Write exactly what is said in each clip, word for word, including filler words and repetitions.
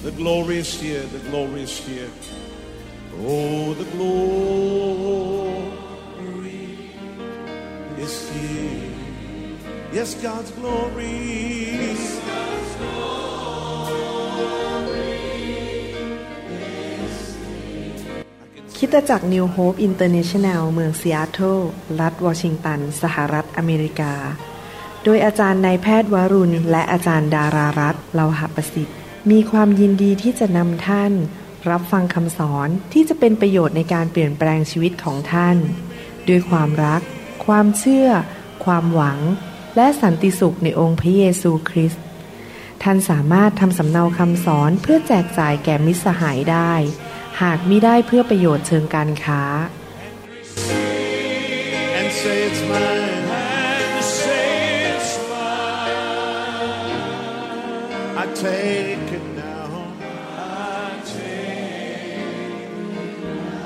The glory is here. The glory is here. Oh, the glory is here. Yes, God's glory. Yes, God's glory is here. คริสตจักร New Hope International เมืองซีแอตเทิลรัฐวอชิงตันสหรัฐอเมริกาโดยอาจารย์นายแพทย์วรุณและอาจารย์ดารารัตน์เลาหประสิทธิ์มีความยินดีที่จะนำท่านรับฟังคำสอนที่จะเป็นประโยชน์ในการเปลี่ยนแปลงชีวิตของท่านด้วยความรักความเชื่อความหวังและสันติสุขในองค์พระเยซูคริสต์ท่านสามารถทำสำเนาคำสอนเพื่อแจกจ่ายแก่มิตรสหายได้หากมิได้เพื่อประโยชน์เชิงการค้า And say it's mine. And say it's mine. I take it now. I take it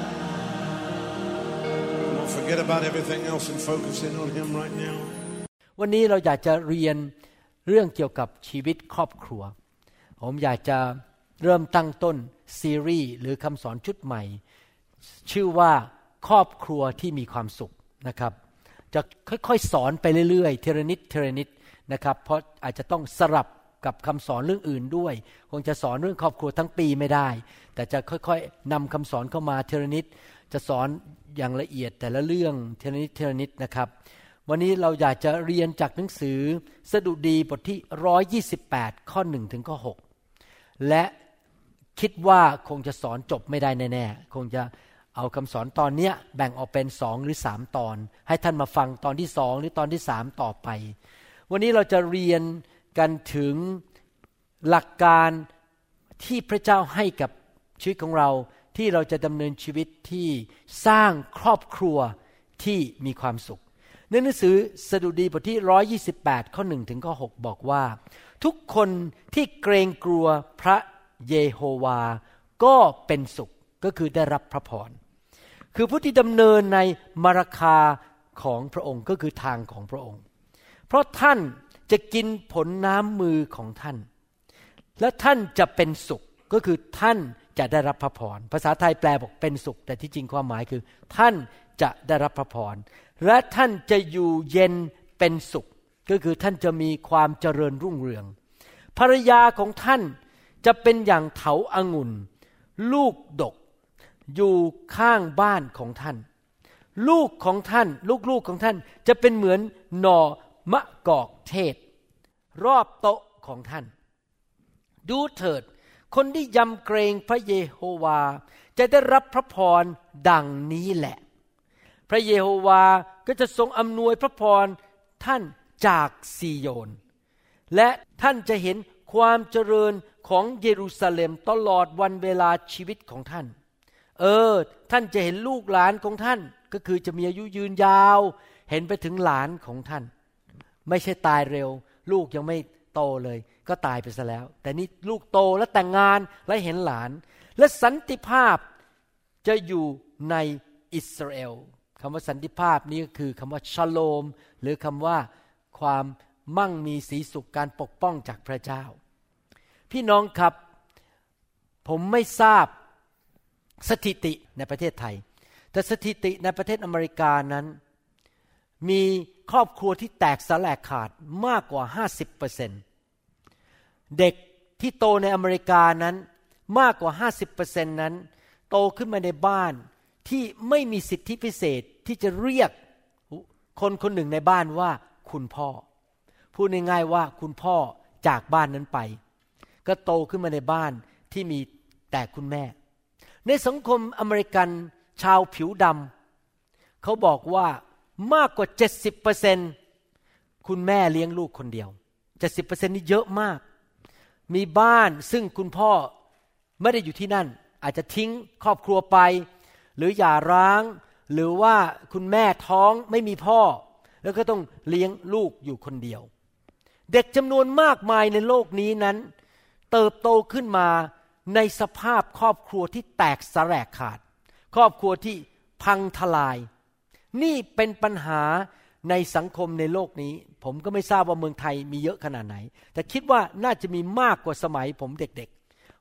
now. Don't forget about everything else and focus in on Him right now. วันนี้เราอยากจะเรียนเรื่องเกี่ยวกับชีวิตครอบครัวผมอยากจะเริ่มตั้งต้นซีรีส์หรือคำสอนชุดใหม่ชื่อว่าครอบครัวที่มีความสุขนะครับจะค่อยๆสอนไปเรื่อยๆเทระนิดเทระนิดนะครับเพราะอาจจะต้องสลับกับคำสอนเรื่องอื่นด้วยคงจะสอนเรื่องครอบครัวทั้งปีไม่ได้แต่จะค่อยๆนำคำสอนเข้ามาเทระนิดจะสอนอย่างละเอียดแต่ละเรื่องเทระนิดเทระนิดนะครับวันนี้เราอยากจะเรียนจากหนังสือสดุดีบทที่หนึ่งร้อยยี่สิบแปดข้อหนึ่งถึงข้อหกและคิดว่าคงจะสอนจบไม่ได้แน่ๆคงจะเอาคำสอนตอนนี้แบ่งออกเป็นสองหรือสามตอนให้ท่านมาฟังตอนที่สองหรือตอนที่สามต่อไปวันนี้เราจะเรียนกันถึงหลักการที่พระเจ้าให้กับชีวิตของเราที่เราจะดำเนินชีวิตที่สร้างครอบครัวที่มีความสุขในหนังสือสดุดีบทที่หนึ่งร้อยยี่สิบแปดข้อหนึ่งถึงข้อหกบอกว่าทุกคนที่เกรงกลัวพระเยโฮวาก็เป็นสุขก็คือได้รับพระพรคือผู้ที่ดำเนินในมรรคาของพระองค์ก็คือทางของพระองค์เพราะท่านจะกินผลน้ำมือของท่านและท่านจะเป็นสุขก็คือท่านจะได้รับพระพรภาษาไทยแปลบอกเป็นสุขแต่ที่จริงความหมายคือท่านจะได้รับพระพรและท่านจะอยู่เย็นเป็นสุขก็คือท่านจะมีความเจริญรุ่งเรืองภรรยาของท่านจะเป็นอย่างเถาองุ่นลูกดกอยู่ข้างบ้านของท่านลูกของท่านลูกๆของท่านจะเป็นเหมือนหน่อมะกอกเทศรอบโต๊ะของท่านดูเถิดคนที่ยำเกรงพระเยโฮวาจะได้รับพระพรดังนี้แหละพระเยโฮวาก็จะทรงอำนวยพระพรท่านจากซีโยนและท่านจะเห็นความเจริญของเยรูซาเล็มตลอดวันเวลาชีวิตของท่านเออท่านจะเห็นลูกหลานของท่านก็คือจะมีอายุยืนยาวเห็นไปถึงหลานของท่านไม่ใช่ตายเร็วลูกยังไม่โตเลยก็ตายไปซะแล้วแต่นี่ลูกโตและแต่งงานและเห็นหลานและสันติภาพจะอยู่ในอิสราเอลคำว่าสันติภาพนี้ก็คือคำว่าชโลมหรือคำว่าความมั่งมีสีสุขการปกป้องจากพระเจ้าพี่น้องครับผมไม่ทราบสถิติในประเทศไทยแต่สถิติในประเทศอเมริกานั้นมีครอบครัวที่แตกสลายขาดมากกว่า ห้าสิบเปอร์เซ็นต์ เด็กที่โตในอเมริกานั้นมากกว่า ห้าสิบเปอร์เซ็นต์ นั้นโตขึ้นมาในบ้านที่ไม่มีสิทธิพิเศษที่จะเรียกคนคนหนึ่งในบ้านว่าคุณพ่อพูดง่ายๆว่าคุณพ่อจากบ้านนั้นไปก็โตขึ้นมาในบ้านที่มีแต่คุณแม่ในสังคมอเมริกันชาวผิวดำเขาบอกว่ามากกว่า เจ็ดสิบเปอร์เซ็นต์ คุณแม่เลี้ยงลูกคนเดียว เจ็ดสิบเปอร์เซ็นต์ นี่เยอะมากมีบ้านซึ่งคุณพ่อไม่ได้อยู่ที่นั่นอาจจะทิ้งครอบครัวไปหรือหย่าร้างหรือว่าคุณแม่ท้องไม่มีพ่อแล้วก็ต้องเลี้ยงลูกอยู่คนเดียวเด็กจำนวนมากมายในโลกนี้นั้นเติบโตขึ้นมาในสภาพครอบครัวที่แตกสลายขาดครอบครัวที่พังทลายนี่เป็นปัญหาในสังคมในโลกนี้ผมก็ไม่ทราบว่าเมืองไทยมีเยอะขนาดไหนแต่คิดว่าน่าจะมีมากกว่าสมัยผมเด็กๆ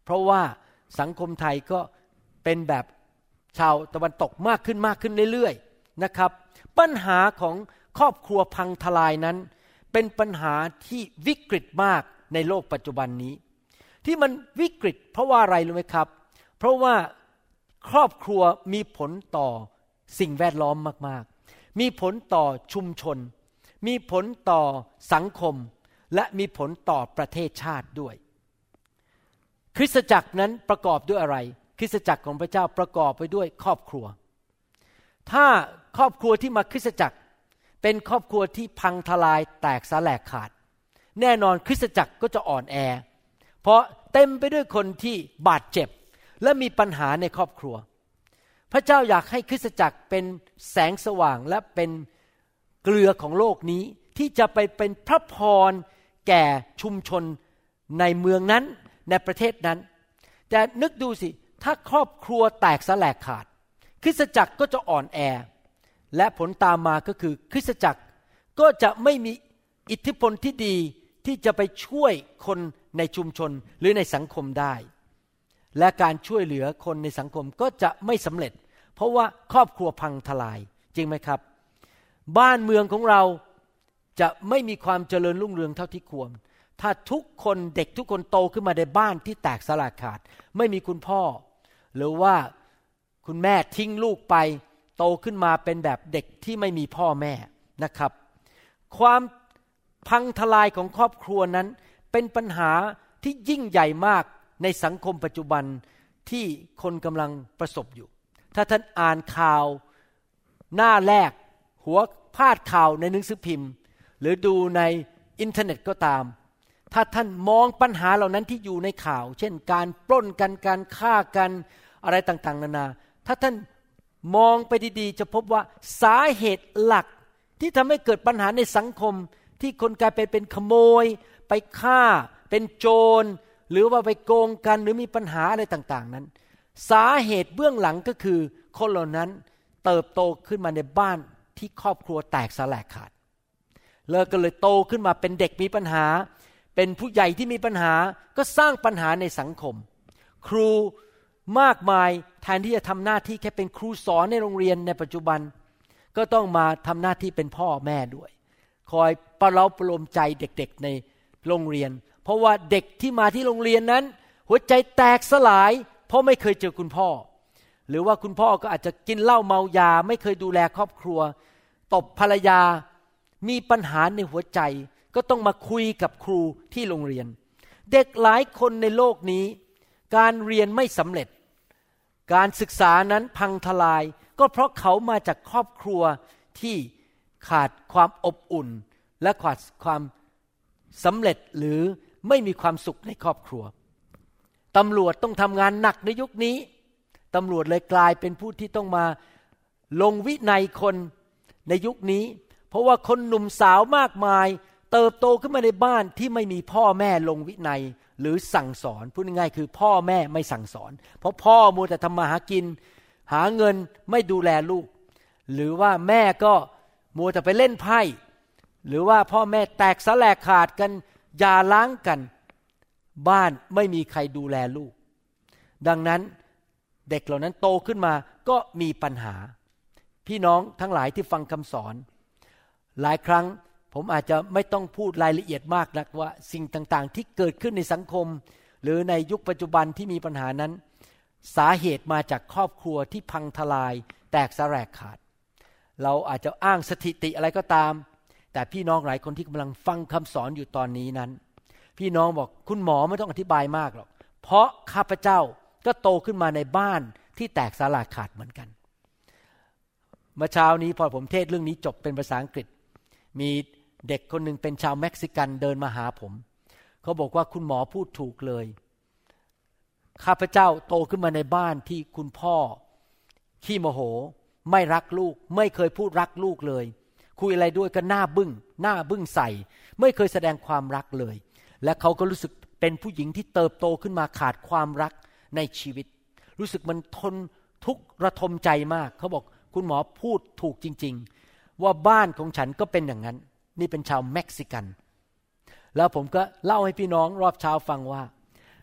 เพราะว่าสังคมไทยก็เป็นแบบชาวตะวันตกมากขึ้นมากขึ้นเรื่อยๆนะครับปัญหาของครอบครัวพังทลายนั้นเป็นปัญหาที่วิกฤตมากในโลกปัจจุบันนี้ที่มันวิกฤตเพราะว่าอะไรรู้ไหมครับเพราะว่าครอบครัวมีผลต่อสิ่งแวดล้อมมากๆมีผลต่อชุมชนมีผลต่อสังคมและมีผลต่อประเทศชาติด้วยคริสตจักรนั้นประกอบด้วยอะไรคริสตจักรของพระเจ้าประกอบไปด้วยครอบครัวถ้าครอบครัวที่มาคริสตจักรเป็นครอบครัวที่พังทลายแตกสลายขาดแน่นอนคริสตจักรก็จะอ่อนแอเพราะเต็มไปด้วยคนที่บาดเจ็บและมีปัญหาในครอบครัวพระเจ้าอยากให้คริสตจักรเป็นแสงสว่างและเป็นเกลือของโลกนี้ที่จะไปเป็นพระพรแก่ชุมชนในเมืองนั้นในประเทศนั้นแต่นึกดูสิถ้าครอบครัวแตกสลายขาดคริสตจักรก็จะอ่อนแอและผลตามมาก็คือคริสตจักรก็จะไม่มีอิทธิพลที่ดีที่จะไปช่วยคนในชุมชนหรือในสังคมได้และการช่วยเหลือคนในสังคมก็จะไม่สำเร็จเพราะว่าครอบครัวพังทลายจริงไหมครับบ้านเมืองของเราจะไม่มีความเจริญรุ่งเรืองเท่าที่ควรถ้าทุกคนเด็กทุกคนโตขึ้นมาในบ้านที่แตกสลายขาดไม่มีคุณพ่อหรือว่าคุณแม่ทิ้งลูกไปโตขึ้นมาเป็นแบบเด็กที่ไม่มีพ่อแม่นะครับความพังทลายของครอบครัวนั้นเป็นปัญหาที่ยิ่งใหญ่มากในสังคมปัจจุบันที่คนกำลังประสบอยู่ถ้าท่านอ่านข่าวหน้าแรกหัวพาดข่าวในหนังสือพิมพ์หรือดูในอินเทอร์เน็ตก็ตามถ้าท่านมองปัญหาเหล่านั้นที่อยู่ในข่าวเช่นการปล้นกันการฆ่ากันอะไรต่างๆนานาถ้าท่านมองไปดีๆจะพบว่าสาเหตุหลักที่ทำให้เกิดปัญหาในสังคมที่คนกลายไปเป็นขโมยไปฆ่าเป็นโจรหรือว่าไปโกงกันหรือมีปัญหาอะไรต่างๆนั้นสาเหตุเบื้องหลังก็คือคนเหล่านั้นเติบโตขึ้นมาในบ้านที่ครอบครัวแตกสลายขาดแล้วก็เลยโตขึ้นมาเป็นเด็กมีปัญหาเป็นผู้ใหญ่ที่มีปัญหาก็สร้างปัญหาในสังคมครูมากมายแทนที่จะทำหน้าที่แค่เป็นครูสอนในโรงเรียนในปัจจุบันก็ต้องมาทำหน้าที่เป็นพ่อแม่ด้วยคอยประเลาประโลมใจเด็กๆในโรงเรียนเพราะว่าเด็กที่มาที่โรงเรียนนั้นหัวใจแตกสลายเพราะไม่เคยเจอคุณพ่อหรือว่าคุณพ่อก็อาจจะกินเหล้าเมายาไม่เคยดูแลครอบครัวตบภรรยามีปัญหาในหัวใจก็ต้องมาคุยกับครูที่โรงเรียนเด็กหลายคนในโลกนี้การเรียนไม่สำเร็จการศึกษานั้นพังทลายก็เพราะเขามาจากครอบครัวที่ขาดความอบอุ่นและขาดความสำเร็จหรือไม่มีความสุขในครอบครัวตำรวจต้องทำงานหนักในยุคนี้ตำรวจเลยกลายเป็นผู้ที่ต้องมาลงวินัยคนในยุคนี้เพราะว่าคนหนุ่มสาวมากมายเติบโตขึ้นมาในบ้านที่ไม่มีพ่อแม่ลงวินัยหรือสั่งสอนพูดง่ายๆคือพ่อแม่ไม่สั่งสอนเพราะพ่อมัวแต่ทำมาหากินหาเงินไม่ดูแลลูกหรือว่าแม่ก็มัวแต่ไปเล่นไพ่หรือว่าพ่อแม่แตกสลายขาดกันหย่าร้างกันบ้านไม่มีใครดูแลลูกดังนั้นเด็กเหล่านั้นโตขึ้นมาก็มีปัญหาพี่น้องทั้งหลายที่ฟังคำสอนหลายครั้งผมอาจจะไม่ต้องพูดรายละเอียดมากนักว่าสิ่งต่างๆที่เกิดขึ้นในสังคมหรือในยุคปัจจุบันที่มีปัญหานั้นสาเหตุมาจากครอบครัวที่พังทลายแตกสลายขาดเราอาจจะอ้างสถิติอะไรก็ตามแต่พี่น้องหลายคนที่กำลังฟังคำสอนอยู่ตอนนี้นั้นพี่น้องบอกคุณหมอไม่ต้องอธิบายมากหรอกเพราะข้าพเจ้าก็โตขึ้นมาในบ้านที่แตกสลายขาดเหมือนกันเมื่อเช้านี้พอผมเทศเรื่องนี้จบเป็นภาษาอังกฤษมีเด็กคนหนึ่งเป็นชาวเม็กซิกันเดินมาหาผมเขาบอกว่าคุณหมอพูดถูกเลยข้าพเจ้าโตขึ้นมาในบ้านที่คุณพ่อขี้โมโหไม่รักลูกไม่เคยพูดรักลูกเลยคุยอะไรด้วยก็หน้าบึ้งหน้าบึ้งใส่ไม่เคยแสดงความรักเลยและเขาก็รู้สึกเป็นผู้หญิงที่เติบโตขึ้นมาขาดความรักในชีวิตรู้สึกมันทนทุกข์ระทมใจมากเขาบอกคุณหมอพูดถูกจริงๆว่าบ้านของฉันก็เป็นอย่างนั้นนี่เป็นชาวเม็กซิกันแล้วผมก็เล่าให้พี่น้องรอบเช้าฟังว่า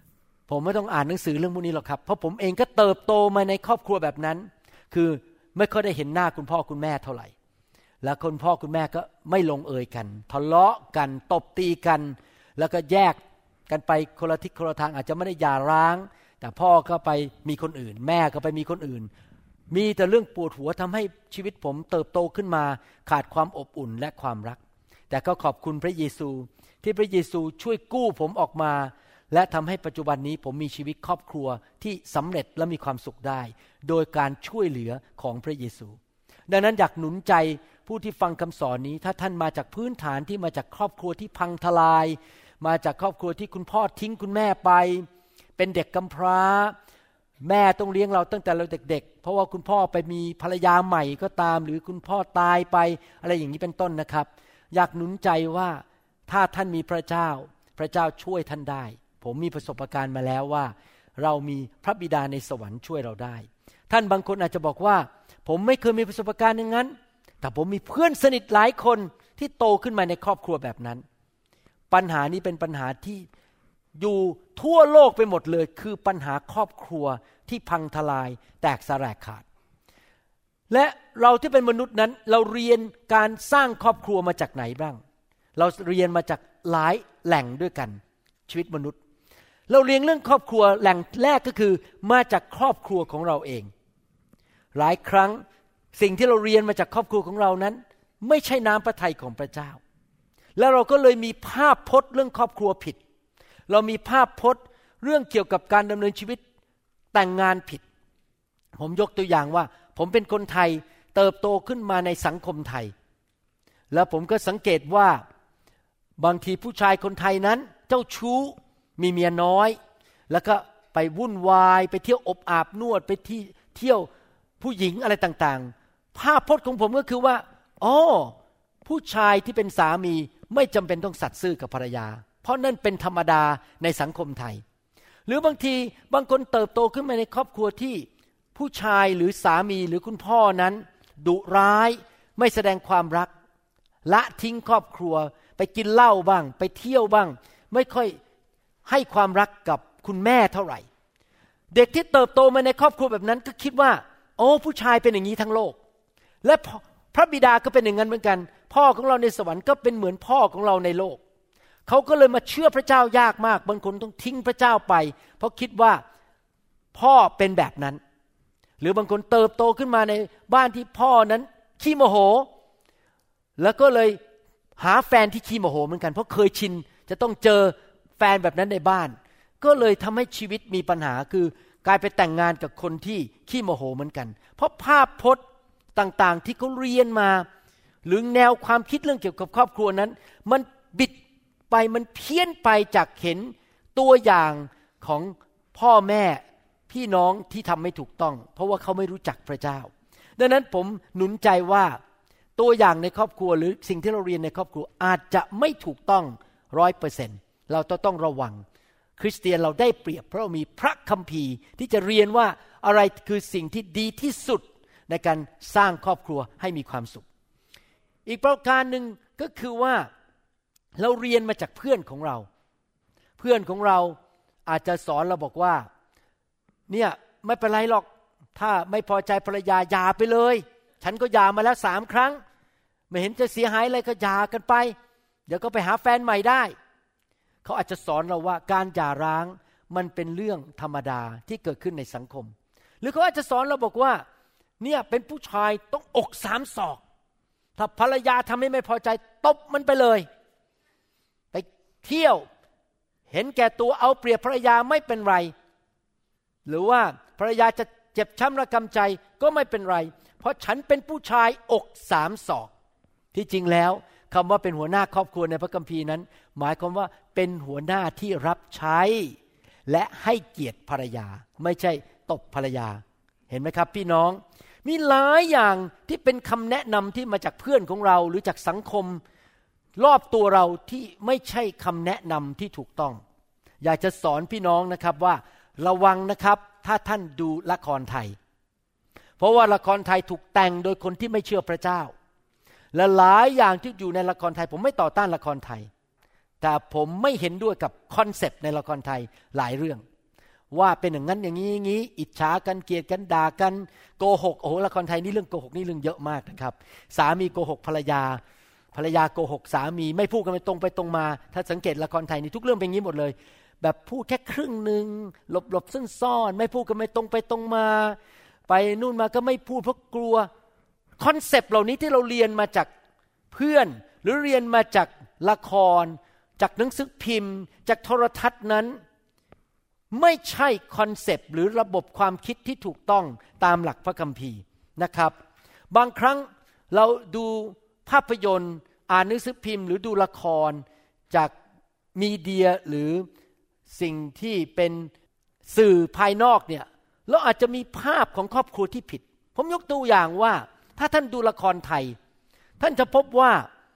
ผมไม่ต้องอ่านหนังสือเรื่องพวกนี้หรอกครับเพราะผมเองก็เติบโตมาในครอบครัวแบบนั้นคือไม่ค่อยได้เห็นหน้าคุณพ่อคุณแม่เท่าไหร่แล้วคุณพ่อคุณแม่ก็ไม่ลงเอยกันทะเลาะกันตบตีกันแล้วก็แยกกันไปคนละทิศคนละทางอาจจะไม่ได้หย่าร้างแต่พ่อก็ไปมีคนอื่นแม่ก็ไปมีคนอื่นมีแต่เรื่องปวดหัวทำให้ชีวิตผมเติบโตขึ้นมาขาดความอบอุ่นและความรักแต่ก็ขอบคุณพระเยซูที่พระเยซูช่วยกู้ผมออกมาและทำให้ปัจจุบันนี้ผมมีชีวิตครอบครัวที่สำเร็จและมีความสุขได้โดยการช่วยเหลือของพระเยซูดังนั้นอยากหนุนใจผู้ที่ฟังคำสอนนี้ถ้าท่านมาจากพื้นฐานที่มาจากครอบครัวที่พังทลายมาจากครอบครัวที่คุณพ่อทิ้งคุณแม่ไปเป็นเด็กกำพร้าแม่ต้องเลี้ยงเราตั้งแต่เราเด็กๆเพราะว่าคุณพ่อไปมีภรรยาใหม่ก็ตามหรือคุณพ่อตายไปอะไรอย่างนี้เป็นต้นนะครับอยากหนุนใจว่าถ้าท่านมีพระเจ้าพระเจ้าช่วยท่านได้ผมมีประสบการณ์มาแล้วว่าเรามีพระบิดาในสวรรค์ช่วยเราได้ท่านบางคนอาจจะบอกว่าผมไม่เคยมีประสบการณ์อย่างนั้นแต่ผมมีเพื่อนสนิทหลายคนที่โตขึ้นมาในครอบครัวแบบนั้นปัญหานี้เป็นปัญหาที่อยู่ทั่วโลกไปหมดเลยคือปัญหาครอบครัวที่พังทลายแตกสลายขาดและเราที่เป็นมนุษย์นั้นเราเรียนการสร้างครอบครัวมาจากไหนบ้างเราเรียนมาจากหลายแหล่งด้วยกันชีวิตมนุษย์เราเรียนเรื่องครอบครัวแหล่งแรกก็คือมาจากครอบครัวของเราเองหลายครั้งสิ่งที่เราเรียนมาจากครอบครัวของเรานั้นไม่ใช่น้ำพระทัยของพระเจ้าแล้วเราก็เลยมีภาพพจน์เรื่องครอบครัวผิดเรามีภาพพจน์เรื่องเกี่ยวกับการดำเนินชีวิตแต่งงานผิดผมยกตัวอย่างว่าผมเป็นคนไทยเติบโตขึ้นมาในสังคมไทยแล้วผมก็สังเกตว่าบางทีผู้ชายคนไทยนั้นเจ้าชู้มีเมียน้อยแล้วก็ไปวุ่นวายไปเที่ยวอบอาบนวดไปที่เที่ยวผู้หญิงอะไรต่างๆภาพพจน์ของผมก็คือว่าอ๋อผู้ชายที่เป็นสามีไม่จำเป็นต้องสัตย์ซื่อกับภรรยาเพราะนั่นเป็นธรรมดาในสังคมไทยหรือบางทีบางคนเติบโตขึ้นมาในครอบครัวที่ผู้ชายหรือสามีหรือคุณพ่อนั้นดุร้ายไม่แสดงความรักละทิ้งครอบครัวไปกินเหล้าบ้างไปเที่ยวบ้างไม่ค่อยให้ความรักกับคุณแม่เท่าไหร่เด็กที่เติบโตมาในครอบครัวแบบนั้นก็คิดว่าโอ้ผู้ชายเป็นอย่างนี้ทั้งโลกและพระบิดาก็เป็นอย่างนั้นเหมือนกันพ่อของเราในสวรรค์ก็เป็นเหมือนพ่อของเราในโลกเขาก็เลยมาเชื่อพระเจ้ายากมากบางคนต้องทิ้งพระเจ้าไปเพราะคิดว่าพ่อเป็นแบบนั้นหรือบางคนเติบโตขึ้นมาในบ้านที่พ่อนั้นขี้โมโหแล้วก็เลยหาแฟนที่ขี้โมโหเหมือนกันเพราะเคยชินจะต้องเจอแฟนแบบนั้นในบ้านก็เลยทำให้ชีวิตมีปัญหาคือกลายไปแต่งงานกับคนที่ขี้โมโหเหมือนกันเพราะภาพพจน์ต่างๆที่เขาเรียนมาหรือแนวความคิดเรื่องเกี่ยวกับครอบครัวนั้นมันบิดไปมันเพี้ยนไปจากเห็นตัวอย่างของพ่อแม่พี่น้องที่ทำไม่ถูกต้องเพราะว่าเขาไม่รู้จักพระเจ้าดังนั้นผมหนุนใจว่าตัวอย่างในครอบครัวหรือสิ่งที่เราเรียนในครอบครัวอาจจะไม่ถูกต้อง ร้อยเปอร์เซ็นต์ เราต้องต้องระวังคริสเตียนเราได้เปรียบเพราะเรามีพระคัมภีร์ที่จะเรียนว่าอะไรคือสิ่งที่ดีที่สุดในการสร้างครอบครัวให้มีความสุขอีกประการหนึ่งก็คือว่าเราเรียนมาจากเพื่อนของเราเพื่อนของเราอาจจะสอนเราบอกว่าเนี่ยไม่เป็นไรหรอกถ้าไม่พอใจภรรยาหย่าไปเลยฉันก็หย่ามาแล้วสามครั้งไม่เห็นจะเสียหายอะไรก็หย่ากันไปเดี๋ยวก็ไปหาแฟนใหม่ได้เขาอาจจะสอนเราว่าการหย่าร้างมันเป็นเรื่องธรรมดาที่เกิดขึ้นในสังคมหรือเขาอาจจะสอนเราบอกว่าเนี่ยเป็นผู้ชายต้องอกสามศอกถ้าภรรยาทำให้ไม่พอใจตบมันไปเลยไปเที่ยวเห็นแก่ตัวเอาเปรียบภรรยาไม่เป็นไรหรือว่าภรรยาจะเจ็บช้ำระกำใจก็ไม่เป็นไรเพราะฉันเป็นผู้ชายอกสามศอกที่จริงแล้วคำว่าเป็นหัวหน้าครอบครัวในพระคัมภีร์นั้นหมายความว่าเป็นหัวหน้าที่รับใช้และให้เกียรติภรรยาไม่ใช่ตบภรรยาเห็นไหมครับพี่น้องมีหลายอย่างที่เป็นคำแนะนำที่มาจากเพื่อนของเราหรือจากสังคมรอบตัวเราที่ไม่ใช่คำแนะนำที่ถูกต้องอยากจะสอนพี่น้องนะครับว่าระวังนะครับถ้าท่านดูละครไทยเพราะว่าละครไทยถูกแต่งโดยคนที่ไม่เชื่อพระเจ้าและหลายอย่างที่อยู่ในละครไทยผมไม่ต่อต้านละครไทยแต่ผมไม่เห็นด้วยกับคอนเซปต์ในละครไทยหลายเรื่องว่าเป็นอย่างนั้นอย่างนี้อย่างนี้อิจฉากันเกลียดกันด่ากันโกหกโอ้โหละครไทยนี่เรื่องโกหกนี่เรื่องเยอะมากนะครับสามีโกหกภรรยาภรรยาโกหกสามีไม่พูดกันไปตรงไปตรงมาถ้าสังเกตละครไทยนี่ทุกเรื่องเป็นอย่างนี้หมดเลยแบบพูดแค่ครึ่งนึงหลบหลบซ่อนๆไม่พูดกันไปตรงไปตรงมาไปนู่นมาก็ไม่พูดเพราะกลัวคอนเซปต์เหล่านี้ที่เราเรียนมาจากเพื่อนหรือเรียนมาจากละครจากหนังสือพิมพ์จากโทรทัศน์นั้นไม่ใช่คอนเซปต์หรือระบบความคิดที่ถูกต้องตามหลักพระคัมภีร์นะครับบางครั้งเราดูภาพยนตร์อ่านหนังสือพิมพ์หรือดูละครจากมีเดียหรือสิ่งที่เป็นสื่อภายนอกเนี่ยเราอาจจะมีภาพของครอบครัวที่ผิดผมยกตัวอย่างว่าถ้าท่านดูละครไทยท่านจะพบว่า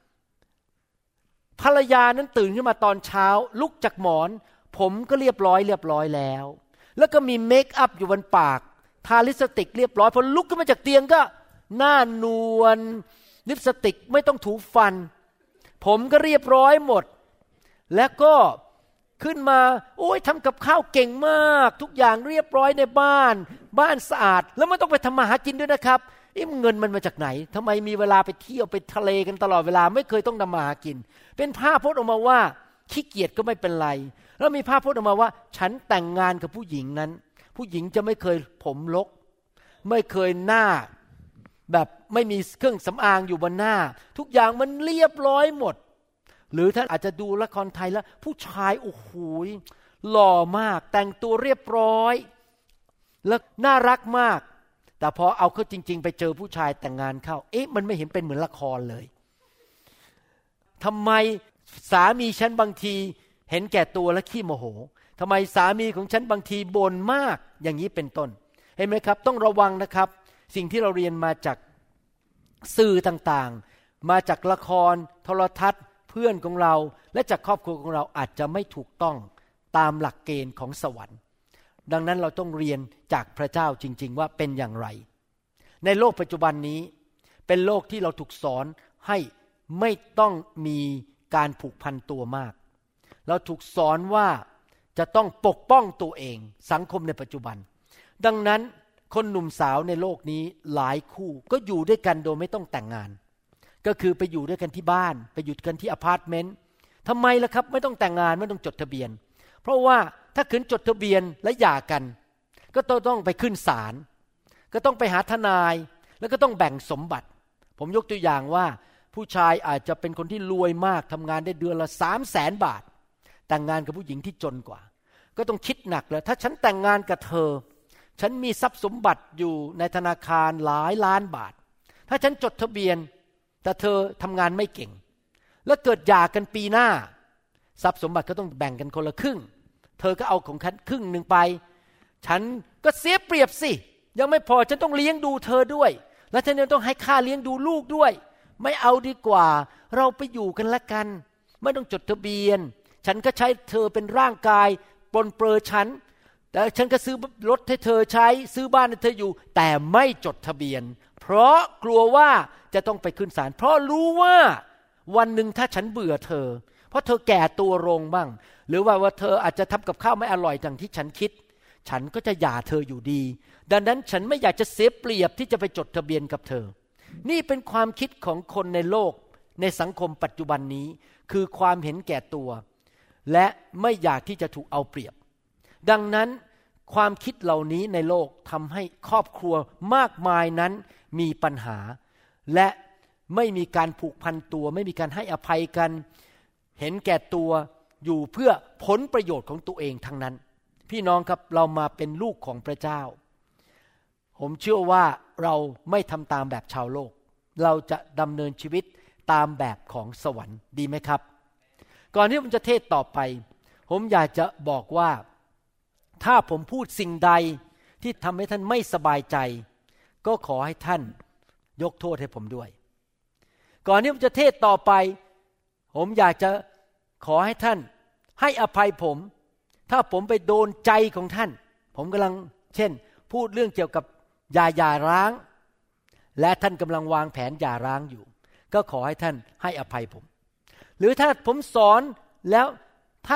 ภรรยานั้นตื่นขึ้นมาตอนเช้าลุกจากหมอนผมก็เรียบร้อยเรียบร้อยแล้วแล้วก็มีเมคอัพอยู่บนปากทาลิปสติกเรียบร้อยพอลุกขึ้นมาจากเตียงก็หน้านวลลิปสติกไม่ต้องถูฟันผมก็เรียบร้อยหมดแล้วก็ขึ้นมาโอ้ยทำกับข้าวเก่งมากทุกอย่างเรียบร้อยในบ้านบ้านสะอาดแล้วไม่ต้องไปทำมาหากินด้วยนะครับเอ๊ะเงินมันมาจากไหนทำไมมีเวลาไปเที่ยวไปทะเลกันตลอดเวลาไม่เคยต้องทำมาหากินเป็นภาพพจน์ออกมาว่าขี้เกียจก็ไม่เป็นไรแล้วมีภาพพจน์ออกมาว่าฉันแต่งงานกับผู้หญิงนั้นผู้หญิงจะไม่เคยผมรกไม่เคยหน้าแบบไม่มีเครื่องสำอางอยู่บนหน้าทุกอย่างมันเรียบร้อยหมดหรือท่านอาจจะดูละครไทยแล้วผู้ชายโอ้โหหล่อมากแต่งตัวเรียบร้อยแล้วน่ารักมากแต่พอเอาเข้าจริงๆไปเจอผู้ชายแต่งงานเข้าเอ๊ะมันไม่เห็นเป็นเหมือนละครเลยทำไมสามีฉันบางทีเห็นแก่ตัวและขี้โมโหทำไมสามีของฉันบางทีบ่นมากอย่างนี้เป็นต้นเห็นไหมครับต้องระวังนะครับสิ่งที่เราเรียนมาจากสื่อต่างๆมาจากละครโทรทัศน์เพื่อนของเราและจากครอบครัวของเราอาจจะไม่ถูกต้องตามหลักเกณฑ์ของสวรรค์ดังนั้นเราต้องเรียนจากพระเจ้าจริงๆว่าเป็นอย่างไรในโลกปัจจุบันนี้เป็นโลกที่เราถูกสอนให้ไม่ต้องมีการผูกพันตัวมากเราถูกสอนว่าจะต้องปกป้องตัวเองสังคมในปัจจุบันดังนั้นคนหนุ่มสาวในโลกนี้หลายคู่ก็อยู่ด้วยกันโดยไม่ต้องแต่งงานก็คือไปอยู่ด้วยกันที่บ้านไปอยู่กันที่อพาร์ตเมนต์ทำไมล่ะครับไม่ต้องแต่งงานไม่ต้องจดทะเบียนเพราะว่าถ้าขืนจดทะเบียนและหย่ากันก็ต้องไปขึ้นศาลก็ต้องไปหาทนายแล้วก็ต้องแบ่งสมบัติผมยกตัวอย่างว่าผู้ชายอาจจะเป็นคนที่รวยมากทำงานได้เดือนละ สามแสน บาทแต่งงานกับผู้หญิงที่จนกว่าก็ต้องคิดหนักเลยถ้าฉันแต่งงานกับเธอฉันมีทรัพย์สมบัติอยู่ในธนาคารหลายล้านบาทถ้าฉันจดทะเบียนแต่เธอทำงานไม่เก่งแล้วเกิดหย่ากันปีหน้าทรัพย์สมบัติก็ต้องแบ่งกันคนละครึ่งเธอก็เอาของฉันครึ่งนึงไปฉันก็เสียเปรียบสิยังไม่พอฉันต้องเลี้ยงดูเธอด้วยและฉันยังต้องให้ค่าเลี้ยงดูลูกด้วยไม่เอาดีกว่าเราไปอยู่กันละกันไม่ต้องจดทะเบียนฉันก็ใช้เธอเป็นร่างกายปนเปื้อนฉันแต่ฉันก็ซื้อรถให้เธอใช้ซื้อบ้านให้เธออยู่แต่ไม่จดทะเบียนเพราะกลัวว่าจะต้องไปขึ้นศาลเพราะรู้ว่าวันหนึ่งถ้าฉันเบื่อเธอเพราะเธอแก่ตัวลงบ้างหรือว่าว่าเธออาจจะทำกับข้าวไม่อร่อยอย่างที่ฉันคิดฉันก็จะหย่าเธออยู่ดีดังนั้นฉันไม่อยากจะเสียเปรียบที่จะไปจดทะเบียนกับเธอนี่เป็นความคิดของคนในโลกในสังคมปัจจุบันนี้คือความเห็นแก่ตัวและไม่อยากที่จะถูกเอาเปรียบดังนั้นความคิดเหล่านี้ในโลกทำให้ครอบครัวมากมายนั้นมีปัญหาและไม่มีการผูกพันตัวไม่มีการให้อภัยกันเห็นแก่ตัวอยู่เพื่อผลประโยชน์ของตัวเองทั้งนั้นพี่น้องครับเรามาเป็นลูกของพระเจ้าผมเชื่อว่าเราไม่ทำตามแบบชาวโลกเราจะดำเนินชีวิตตามแบบของสวรรค์ดีไหมครับก่อนที่ผมจะเทศต่อไปผมอยากจะบอกว่าถ้าผมพูดสิ่งใดที่ทำให้ท่านไม่สบายใจก็ขอให้ท่านยกโทษให้ผมด้วยก่อนที่ผมจะเทศต่อไปผมอยากจะขอให้ท่านให้อภัยผมถ้าผมไปโดนใจของท่านผมกำลังเช่นพูดเรื่องเกี่ยวกับหย่าหย่าร้างและท่านกำลังวางแผนหย่าร้างอยู่ก็ขอให้ท่านให้อภัยผมหรือถ้าผมสอนแล้วท่าน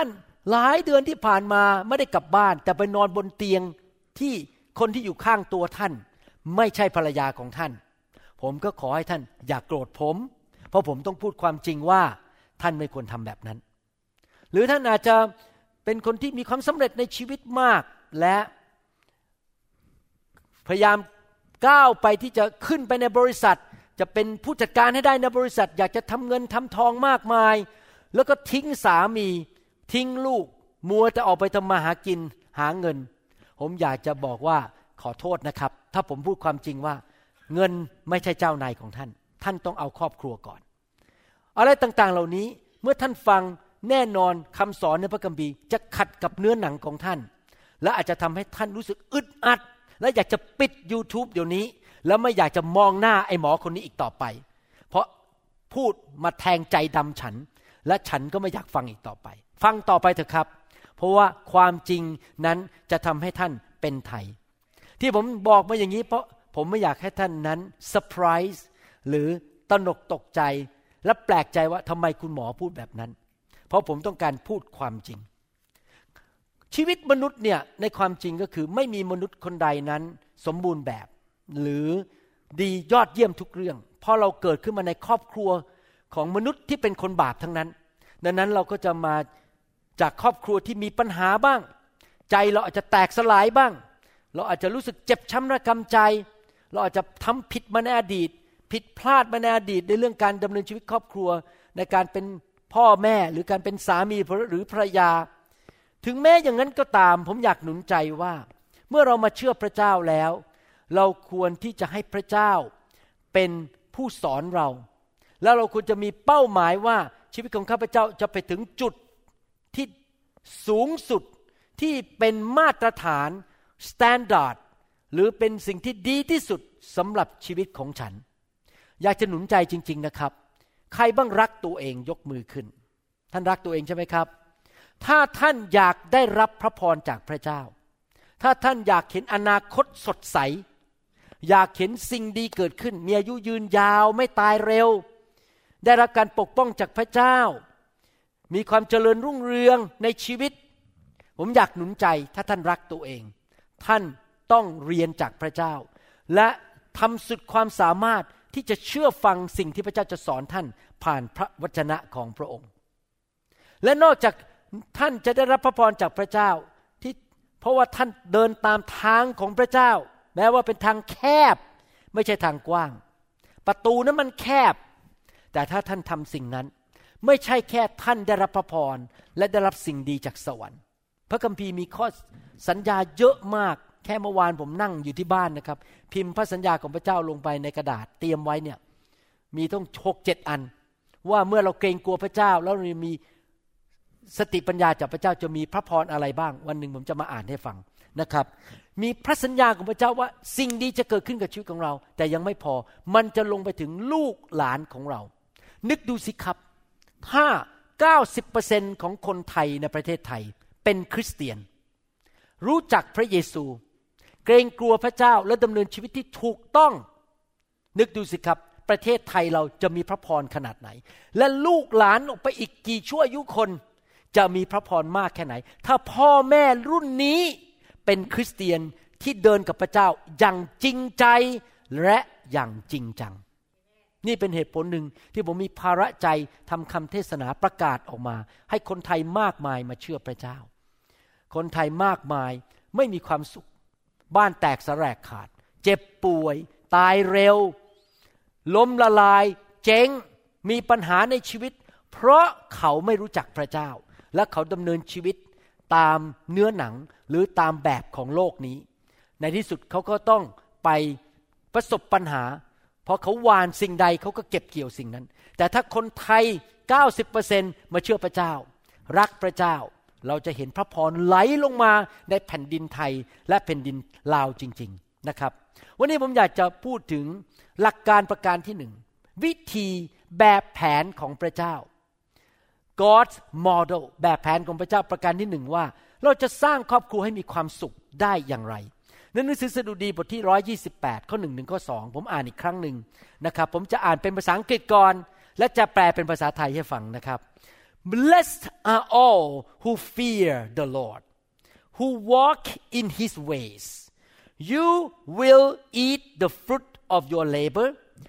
หลายเดือนที่ผ่านมาไม่ได้กลับบ้านแต่ไปนอนบนเตียงที่คนที่อยู่ข้างตัวท่านไม่ใช่ภรรยาของท่านผมก็ขอให้ท่านอย่าโกรธผมเพราะผมต้องพูดความจริงว่าท่านไม่ควรทำแบบนั้นหรือท่านอาจจะเป็นคนที่มีความสำเร็จในชีวิตมากและพยายามก้าวไปที่จะขึ้นไปในบริษัทจะเป็นผู้จัดการให้ได้ในบริษัทอยากจะทำเงินทำทองมากมายแล้วก็ทิ้งสามีทิ้งลูกมัวแต่ออกไปทำมาหากินหาเงินผมอยากจะบอกว่าขอโทษนะครับถ้าผมพูดความจริงว่าเงินไม่ใช่เจ้านายของท่านท่านต้องเอาครอบครัวก่อนอะไรต่างๆเหล่านี้เมื่อท่านฟังแน่นอนคำสอนในพระคัมภีร์จะขัดกับเนื้อหนังของท่านและอาจจะทำให้ท่านรู้สึกอึดอัดและอยากจะปิด YouTube เดี๋ยวนี้แล้วไม่อยากจะมองหน้าไอ้หมอคนนี้อีกต่อไปเพราะพูดมาแทงใจดำฉันและฉันก็ไม่อยากฟังอีกต่อไปฟังต่อไปเถอะครับเพราะว่าความจริงนั้นจะทำให้ท่านเป็นไทยที่ผมบอกมาอย่างนี้เพราะผมไม่อยากให้ท่านนั้นเซอร์ไพรส์หรือตระหนกตกใจและแปลกใจว่าทำไมคุณหมอพูดแบบนั้นเพราะผมต้องการพูดความจริงชีวิตมนุษย์เนี่ยในความจริงก็คือไม่มีมนุษย์คนใดนั้นสมบูรณ์แบบหรือดียอดเยี่ยมทุกเรื่องเพราะเราเกิดขึ้นมาในครอบครัวของมนุษย์ที่เป็นคนบาปทั้งนั้นดังนั้นเราก็จะมาจากครอบครัวที่มีปัญหาบ้างใจเราอาจจะแตกสลายบ้างเราอาจจะรู้สึกเจ็บช้ำระกำใจเราอาจจะทำผิดมาในอดีตผิดพลาดมาในอดีตในเรื่องการดำเนินชีวิตครอบครัวในการเป็นพ่อแม่หรือการเป็นสามีหรือภรรยาถึงแม้อย่างนั้นก็ตามผมอยากหนุนใจว่าเมื่อเรามาเชื่อพระเจ้าแล้วเราควรที่จะให้พระเจ้าเป็นผู้สอนเราแล้วเราควรจะมีเป้าหมายว่าชีวิตของข้าพเจ้าจะไปถึงจุดที่สูงสุดที่เป็นมาตรฐานสแตนดาร์ดหรือเป็นสิ่งที่ดีที่สุดสำหรับชีวิตของฉันอยากจะหนุนใจจริงๆนะครับใครบ้างรักตัวเองยกมือขึ้นท่านรักตัวเองใช่ไหมครับถ้าท่านอยากได้รับพระพรจากพระเจ้าถ้าท่านอยากเห็นอนาคตสดใสอยากเห็นสิ่งดีเกิดขึ้นมีอายุยืนยาวไม่ตายเร็วได้รับการปกป้องจากพระเจ้ามีความเจริญรุ่งเรืองในชีวิตผมอยากหนุนใจถ้าท่านรักตัวเองท่านต้องเรียนจากพระเจ้าและทำสุดความสามารถที่จะเชื่อฟังสิ่งที่พระเจ้าจะสอนท่านผ่านพระวจนะของพระองค์และนอกจากท่านจะได้รับพระพรจากพระเจ้าที่เพราะว่าท่านเดินตามทางของพระเจ้าแม้ว่าเป็นทางแคบไม่ใช่ทางกว้างประตูนั้นมันแคบแต่ถ้าท่านทำสิ่งนั้นไม่ใช่แค่ท่านได้รับพระพรและได้รับสิ่งดีจากสวรรค์พระคัมภีร์มีข้อสัญญาเยอะมากแค่เมื่อวานผมนั่งอยู่ที่บ้านนะครับพิมพ์พระสัญญาของพระเจ้าลงไปในกระดาษเตรียมไว้เนี่ยมีต้อง หกเจ็ด อันว่าเมื่อเราเกรงกลัวพระเจ้าแล้วเรามีสติปัญญาจากพระเจ้าจะมีพระพรอะไรบ้างวันหนึ่งผมจะมาอ่านให้ฟังนะครับมีพระสัญญาของพระเจ้าว่าสิ่งดีจะเกิดขึ้นกับชีวิตของเราแต่ยังไม่พอมันจะลงไปถึงลูกหลานของเรานึกดูสิครับถ้า เก้าสิบเปอร์เซ็นต์ ของคนไทยในประเทศไทยเป็นคริสเตียนรู้จักพระเยซูเกรงกลัวพระเจ้าและดำเนินชีวิตที่ถูกต้องนึกดูสิครับประเทศไทยเราจะมีพระพรขนาดไหนและลูกหลานออกไปอีกกี่ชั่วอายุคนจะมีพระพรมากแค่ไหนถ้าพ่อแม่รุ่นนี้เป็นคริสเตียนที่เดินกับพระเจ้าอย่างจริงใจและอย่างจริงจังนี่เป็นเหตุผลหนึ่งที่ผมมีภาระใจทำคำเทศนาประกาศออกมาให้คนไทยมากมายมาเชื่อพระเจ้าคนไทยมากมายไม่มีความสุขบ้านแตกสลายขาดเจ็บป่วยตายเร็วล้มละลายเจ๊งมีปัญหาในชีวิตเพราะเขาไม่รู้จักพระเจ้าและเขาดำเนินชีวิตตามเนื้อหนังหรือตามแบบของโลกนี้ในที่สุดเขาก็ต้องไปประสบปัญหาเพราะเขาหว่านสิ่งใดเขาก็เก็บเกี่ยวสิ่งนั้นแต่ถ้าคนไทย เก้าสิบเปอร์เซ็นต์ มาเชื่อพระเจ้ารักพระเจ้าเราจะเห็นพระพรไหลลงมาในแผ่นดินไทยและแผ่นดินลาวจริงๆนะครับวันนี้ผมอยากจะพูดถึงหลักการประการที่หนึ่งวิธีแบบแผนของพระเจ้า God's model แบบแผนของพระเจ้าประการที่หนึ่งว่าเราจะสร้างครอบครัวให้มีความสุขได้อย่างไรในหนังสือสดุดีบทที่หนึ่งร้อยยี่สิบแปดข้อหนึ่งถึงข้อสองผมอ่านอีกครั้งหนึ่งนะครับผมจะอ่านเป็นภาษาอังกฤษก่อนและจะแปลเป็นภาษาไทยให้ฟังนะครับ Blessed are all who fear the Lord, who walk in his ways. You will eat the fruit of your labor.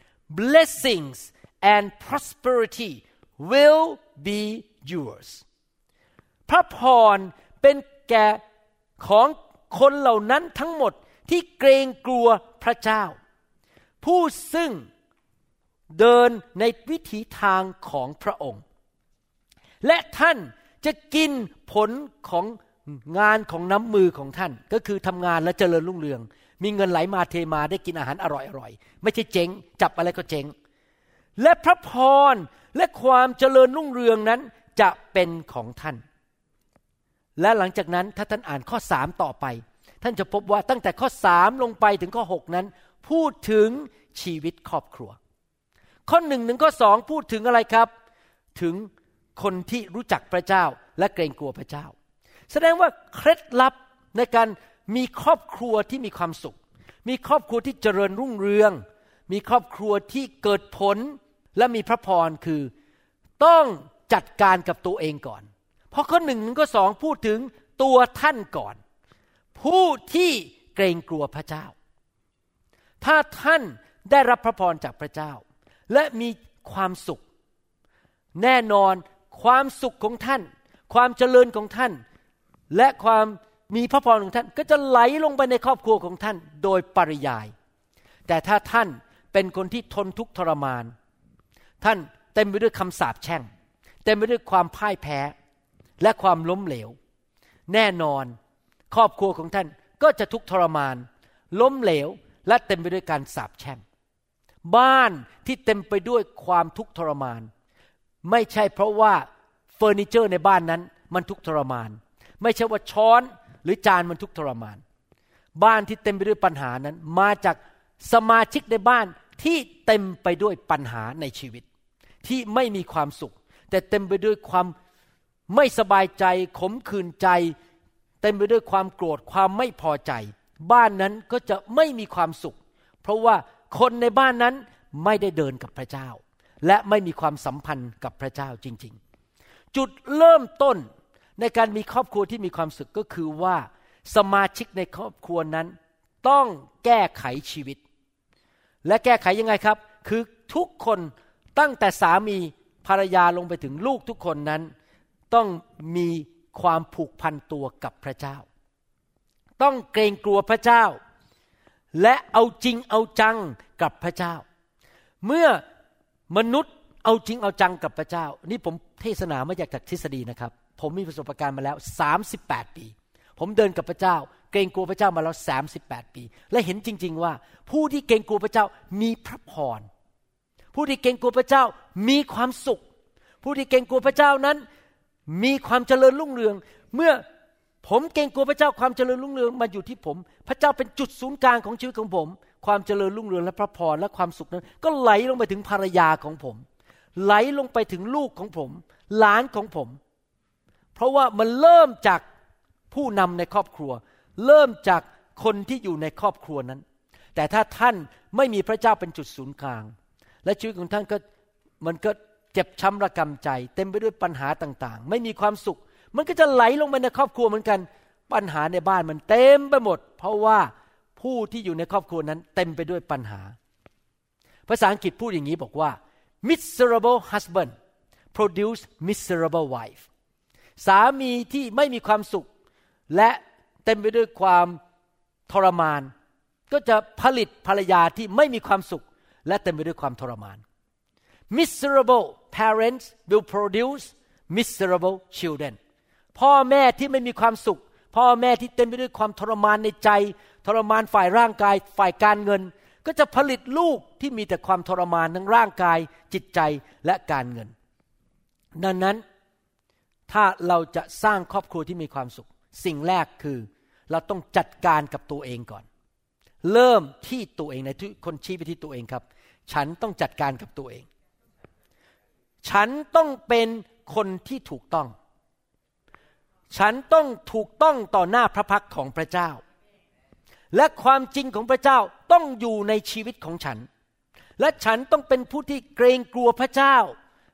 Blessings and prosperity will be yours. พระพรเป็นแก่ของคนเหล่านั้นทั้งหมดที่เกรงกลัวพระเจ้าผู้ซึ่งเดินในวิถีทางของพระองค์และท่านจะกินผลของงานของน้ำมือของท่านก็คือทำงานและเจริญรุ่งเรืองมีเงินไหลมาเทมาได้กินอาหารอร่อยๆไม่ใช่เจ๊งจับอะไรก็เจ๊งและพระพรและความเจริญรุ่งเรืองนั้นจะเป็นของท่านและหลังจากนั้นถ้าท่านอ่านข้อสามต่อไปท่านจะพบว่าตั้งแต่ข้อสามลงไปถึงข้อหกนั้นพูดถึงชีวิตครอบครัวข้อหนึ่งถึงข้อสองพูดถึงอะไรครับถึงคนที่รู้จักพระเจ้าและเกรงกลัวพระเจ้าแสดงว่าเคล็ดลับในการมีครอบครัวที่มีความสุขมีครอบครัวที่เจริญรุ่งเรืองมีครอบครัวที่เกิดผลและมีพระพรคือต้องจัดการกับตัวเองก่อนเพราะข้อหนึ่งถึงข้อสองพูดถึงตัวท่านก่อนผู้ที่เกรงกลัวพระเจ้าถ้าท่านได้รับพระพรจากพระเจ้าและมีความสุขแน่นอนความสุขของท่านความเจริญของท่านและความมีพระพรของท่านก็จะไหลลงไปในครอบครัวของท่านโดยปริยายแต่ถ้าท่านเป็นคนที่ทนทุกข์ทรมานท่านเต็มไปด้วยคำสาปแช่งเต็มไปด้วยความพ่ายแพ้และความล้มเหลวแน่นอนครอบครัวของท่านก็จะทุกข์ทรมานล้มเหลวและเต็มไปด้วยการสาปแช่งบ้านที่เต็มไปด้วยความทุกข์ทรมานไม่ใช่เพราะว่าเฟอร์นิเจอร์ในบ้านนั้นมันทุกข์ทรมานไม่ใช่ว่าช้อนหรือจานมันทุกข์ทรมานบ้านที่เต็มไปด้วยปัญหานั้นมาจากสมาชิกในบ้านที่เต็มไปด้วยปัญหาในชีวิตที่ไม่มีความสุขแต่เต็มไปด้วยความไม่สบายใจขมขื่นใจเต็มไปด้วยความโกรธความไม่พอใจบ้านนั้นก็จะไม่มีความสุขเพราะว่าคนในบ้านนั้นไม่ได้เดินกับพระเจ้าและไม่มีความสัมพันธ์กับพระเจ้าจริงๆจุดเริ่มต้นในการมีครอบครัวที่มีความสุขก็คือว่าสมาชิกในครอบครัวนั้นต้องแก้ไขชีวิตและแก้ไขยังไงครับคือทุกคนตั้งแต่สามีภรรยาลงไปถึงลูกทุกคนนั้นต้องมีความผูกพันตัวกับพระเจ้าต้องเกรงกลัวพระเจ้าและเอาจริงเอาจังกับพระเจ้าเมื่อมนุษย์เอาจริงเอาจังกับพระเจ้านี่ผมเทศนาไม่อยากจากทฤษฎีนะครับผมมีประสบการณ์มาแล้วสามสิบแปดปีผมเดินกับพระเจ้าเกรงกลัวพระเจ้ามาแล้วสามสิบแปดปีและเห็นจริงๆว่าผู้ที่เกรงกลัวพระเจ้ามีพระพรผู้ที่เกรงกลัวพระเจ้ามีความสุขผู้ที่เกรงกลัวพระเจ้านั้นมีความเจริญรุ่งเรืองเมื่อผมเกรงกลัวพระเจ้าความเจริญรุ่งเรืองมาอยู่ที่ผมพระเจ้าเป็นจุดศูนย์กลางของชีวิตของผมความเจริญรุ่งเรืองและพระพรและความสุขนั้นก็ไหลลงไปถึงภรรยาของผมไหลลงไปถึงลูกของผมหลานของผมเพราะว่ามันเริ่มจากผู้นำในครอบครัวเริ่มจากคนที่อยู่ในครอบครัวนั้นแต่ถ้าท่านไม่มีพระเจ้าเป็นจุดศูนย์กลางและชีวิตของท่านก็มันก็เจ็บช้ำระกำใจเต็มไปด้วยปัญหาต่างๆไม่มีความสุขมันก็จะไหลลงไปในครอบครัวเหมือนกันปัญหาในบ้านมันเต็มไปหมดเพราะว่าผู้ที่อยู่ในครอบครัวนั้นเต็มไปด้วยปัญหาภาษาอังกฤษพูดอย่างนี้บอกว่า miserable husband produce miserable wife สามีที่ไม่มีความสุขและเต็มไปด้วยความทรมานก็จะผลิตภรรยาที่ไม่มีความสุขและเต็มไปด้วยความทรมาน miserable parents will produce miserable children พ่อแม่ที่ไม่มีความสุขพ่อแม่ที่เต็มไปด้วยความทรมานในใจทรมานฝ่ายร่างกายฝ่ายการเงินก็จะผลิตลูกที่มีแต่ความทรมานทั้งร่างกายจิตใจและการเงินดังนั้นถ้าเราจะสร้างครอบครัวที่มีความสุขสิ่งแรกคือเราต้องจัดการกับตัวเองก่อนเริ่มที่ตัวเองในทุกคนชี้ไปที่ตัวเองครับฉันต้องจัดการกับตัวเองฉันต้องเป็นคนที่ถูกต้องฉันต้องถูกต้องต่อหน้าพระพักของพระเจ้าและความจริงของพระเจ้าต้องอยู่ในชีวิตของฉันและฉันต้องเป็นผู้ที่เกรงกลัวพระเจ้าและ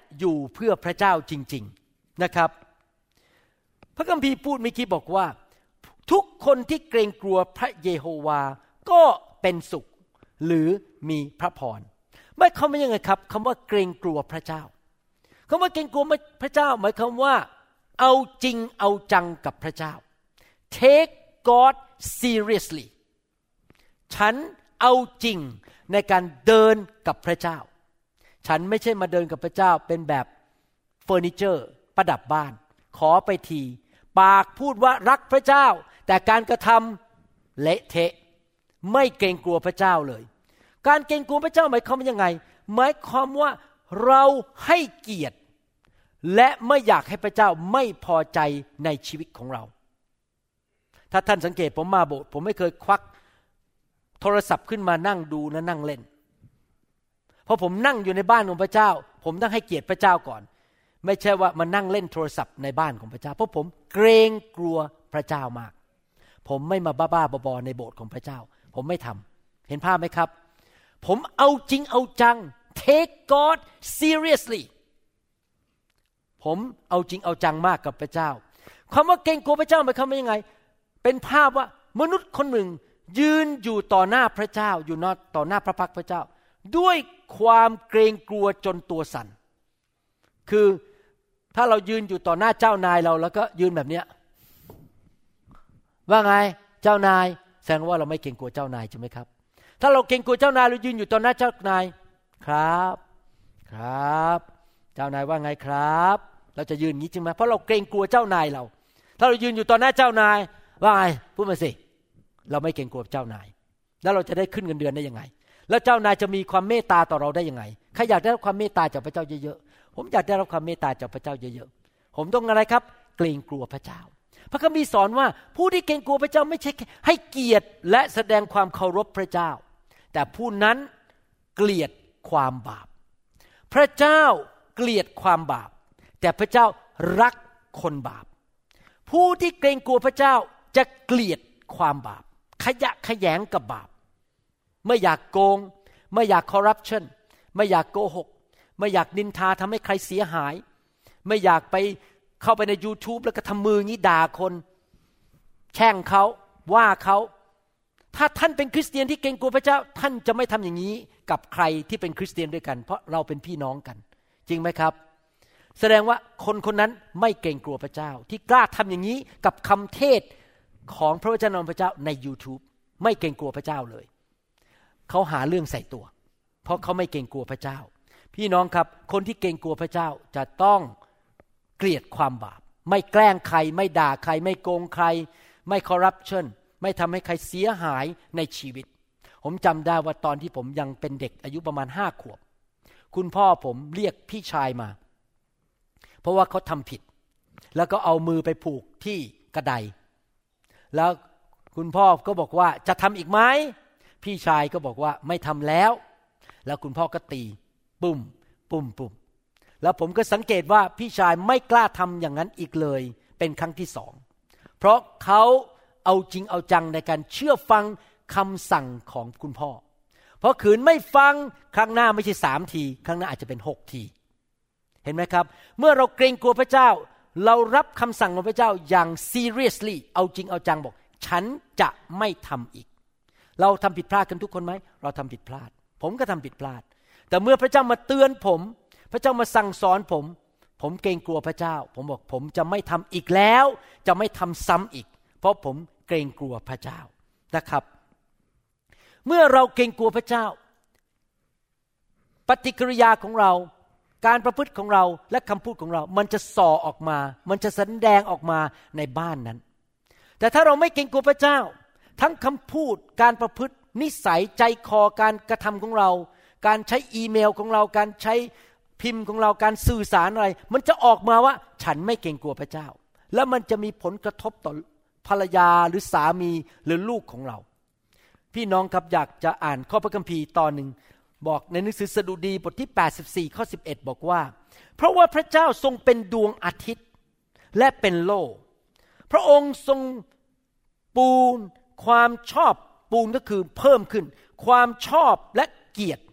อยู่เพื่อพระเจ้าจริงๆนะครับพระคัมภีร์พูดเมื่อกี้บอกว่าทุกคนที่เกรงกลัวพระเยโฮวาก็เป็นสุขหรือมีพระพรหมายความว่ายังไงครับคำว่าเกรงกลัวพระเจ้าคำว่าเกรงกลัวพระเจ้าหมายความว่าเอาจริงเอาจังกับพระเจ้า Take God seriously ฉันเอาจริงในการเดินกับพระเจ้าฉันไม่ใช่มาเดินกับพระเจ้าเป็นแบบเฟอร์นิเจอร์ประดับบ้านขอไปทีปากพูดว่ารักพระเจ้าแต่การกระทำเละเทะไม่เกรงกลัวพระเจ้าเลยการเกรงกลัวพระเจ้าหมายความว่ายังไงหมายความว่าเราให้เกียรติและไม่อยากให้พระเจ้าไม่พอใจในชีวิตของเราถ้าท่านสังเกตผมมาโบสถ์ผมไม่เคยควักโทรศัพท์ขึ้นมานั่งดูและนั่งเล่นเพราะผมนั่งอยู่ในบ้านของพระเจ้าผมต้องให้เกียรติพระเจ้าก่อนไม่ใช่ว่ามานั่งเล่นโทรศัพท์ในบ้านของพระเจ้าเพราะผมเกรงกลัวพระเจ้ามากผมไม่มาบ้าๆบอๆในโบสถ์ของพระเจ้าผมไม่ทำเห็นภาพไหมครับผมเอาจริงเอาจัง Take God seriously ผมเอาจริงเอาจังมากกับพระเจ้าคำว่าเกรงกลัวพระเจ้าหมายความว่ายังไงเป็นภาพว่ามนุษย์คนหนึ่งยืนอยู่ต่อหน้าพระเจ้าอยู่ต่อหน้าพระพักตร์พระเจ้าด้วยความเกรงกลัวจนตัวสั่นคือถ้าเรายืนอยู่ต่อหน้าเจ้านายเราแล้วก็ยืนแบบเนี้ยว่าไงเจ้านายแสดงว่าเราไม่เกรงกลัวเจ้านายใช่ไหมครับถ้าเราเกรงกลัวเจ้านายเรายืนอยู่ต่อหน้าเจ้านายครับครับเจ้านายว่าไงครับเราจะยืนอย่างนี้จริงไหมเพราะเราเกรงกลัวเจ้านายเราถ้าเรายืนอยู่ต่อหน้าเจ้านายว่าไงพูดมาสิเราไม่เกรงกลัวเจ้านายแล้วเราจะได้ขึ้นเงินเดือนได้ยังไงแล้วเจ้านายจะมีความเมตตาต่อเราได้ยังไงใครอยากได้รับความเมตตาจากพระเจ้าเยอะๆผมอยากได้รับความเมตตาจากพระเจ้าเยอะๆผมต้องอะไรครับเกรงกลัวพระเจ้าพระคัมภีร์สอนว่าผู้ที่เกรงกลัวพระเจ้าไม่ใช่ให้เกียรติและแสดงความเคารพพระเจ้าแต่ผู้นั้นเกลียดความบาปพระเจ้าเกลียดความบาปแต่พระเจ้ารักคนบาปผู้ที่เกรงกลัวพระเจ้าจะเกลียดความบาปขยะแขยงกับบาปไม่อยากโกงไม่อยากคอร์รัปชันไม่อยากโกหกไม่อยากนินทาทำให้ใครเสียหายไม่อยากไปเข้าไปใน YouTube แล้วก็ทำมืองี้ด่าคนแช่งเขาว่าเขาถ้าท่านเป็นคริสเตียนที่เกรงกลัวพระเจ้าท่านจะไม่ทำอย่างนี้กับใครที่เป็นคริสเตียนด้วยกันเพราะเราเป็นพี่น้องกันจริงไหมครับแสดงว่าคนคนนั้นไม่เกรงกลัวพระเจ้าที่กล้าทำอย่างนี้กับคำเทศของพระวจนะของพระเจ้าใน YouTube ไม่เกรงกลัวพระเจ้าเลยเขาหาเรื่องใส่ตัวเพราะเขาไม่เกรงกลัวพระเจ้าพี่น้องครับคนที่เกรงกลัวพระเจ้าจะต้องเกลียดความบาปไม่แกล้งใครไม่ด่าใครไม่โกงใครไม่คอร์รัปชันไม่ทำให้ใครเสียหายในชีวิตผมจำได้ว่าตอนที่ผมยังเป็นเด็กอายุประมาณห้าขวบคุณพ่อผมเรียกพี่ชายมาเพราะว่าเขาทำผิดแล้วก็เอามือไปผูกที่กระไดแล้วคุณพ่อก็บอกว่าจะทำอีกไหมพี่ชายก็บอกว่าไม่ทำแล้วแล้วคุณพ่อก็ตีปุ่มปุ่มปุ่มแล้วผมก็สังเกตว่าพี่ชายไม่กล้าทำอย่างนั้นอีกเลยเป็นครั้งที่สองเพราะเขาเอาจริงเอาจังในการเชื่อฟังคำสั่งของคุณพ่อเพราะขืนไม่ฟังครั้งหน้าไม่ใช่สามทีครั้งหน้าอาจจะเป็นหกทีเห็นไหมครับเมื่อเราเกรงกลัวพระเจ้าเรารับคำสั่งของพระเจ้าอย่าง seriously เอาจริงเอาจังบอกฉันจะไม่ทำอีกเราทำผิดพลาดกันทุกคนไหมเราทำผิดพลาดผมก็ทำผิดพลาดแต่เมื่อพระเจ้ามาเตือนผมพระเจ้ามาสั่งสอนผมผมเกรงกลัวพระเจ้าผมบอกผมจะไม่ทำอีกแล้วจะไม่ทำซ้ำอีกเพราะผมเกรงกลัวพระเจ้านะครับเมื่อเราเกรงกลัวพระเจ้าปฏิกิริยาของเราการประพฤติของเราและคำพูดของเรามันจะส่อออกมามันจะแสดงออกมาในบ้านนั้นแต่ถ้าเราไม่เกรงกลัวพระเจ้าทั้งคำพูดการประพฤตินิสัยใจคอการกระทำของเราการใช้อีเมลของเราการใช้พิมพ์ของเราการสื่อสารอะไรมันจะออกมาว่าฉันไม่เกรงกลัวพระเจ้าแล้วมันจะมีผลกระทบต่อภรรยาหรือสามีหรือลูกของเราพี่น้องครับอยากจะอ่านข้อพระคัมภีร์ตอนหนึ่งบอกในหนังสือสดุดีบทที่แปดสิบสี่ข้อสิบเอ็ดบอกว่าเพราะว่าพระเจ้าทรงเป็นดวงอาทิตย์และเป็นโล่พระองค์ทรงปูนความชอบปูนก็คือเพิ่มขึ้นความชอบและเกียรติ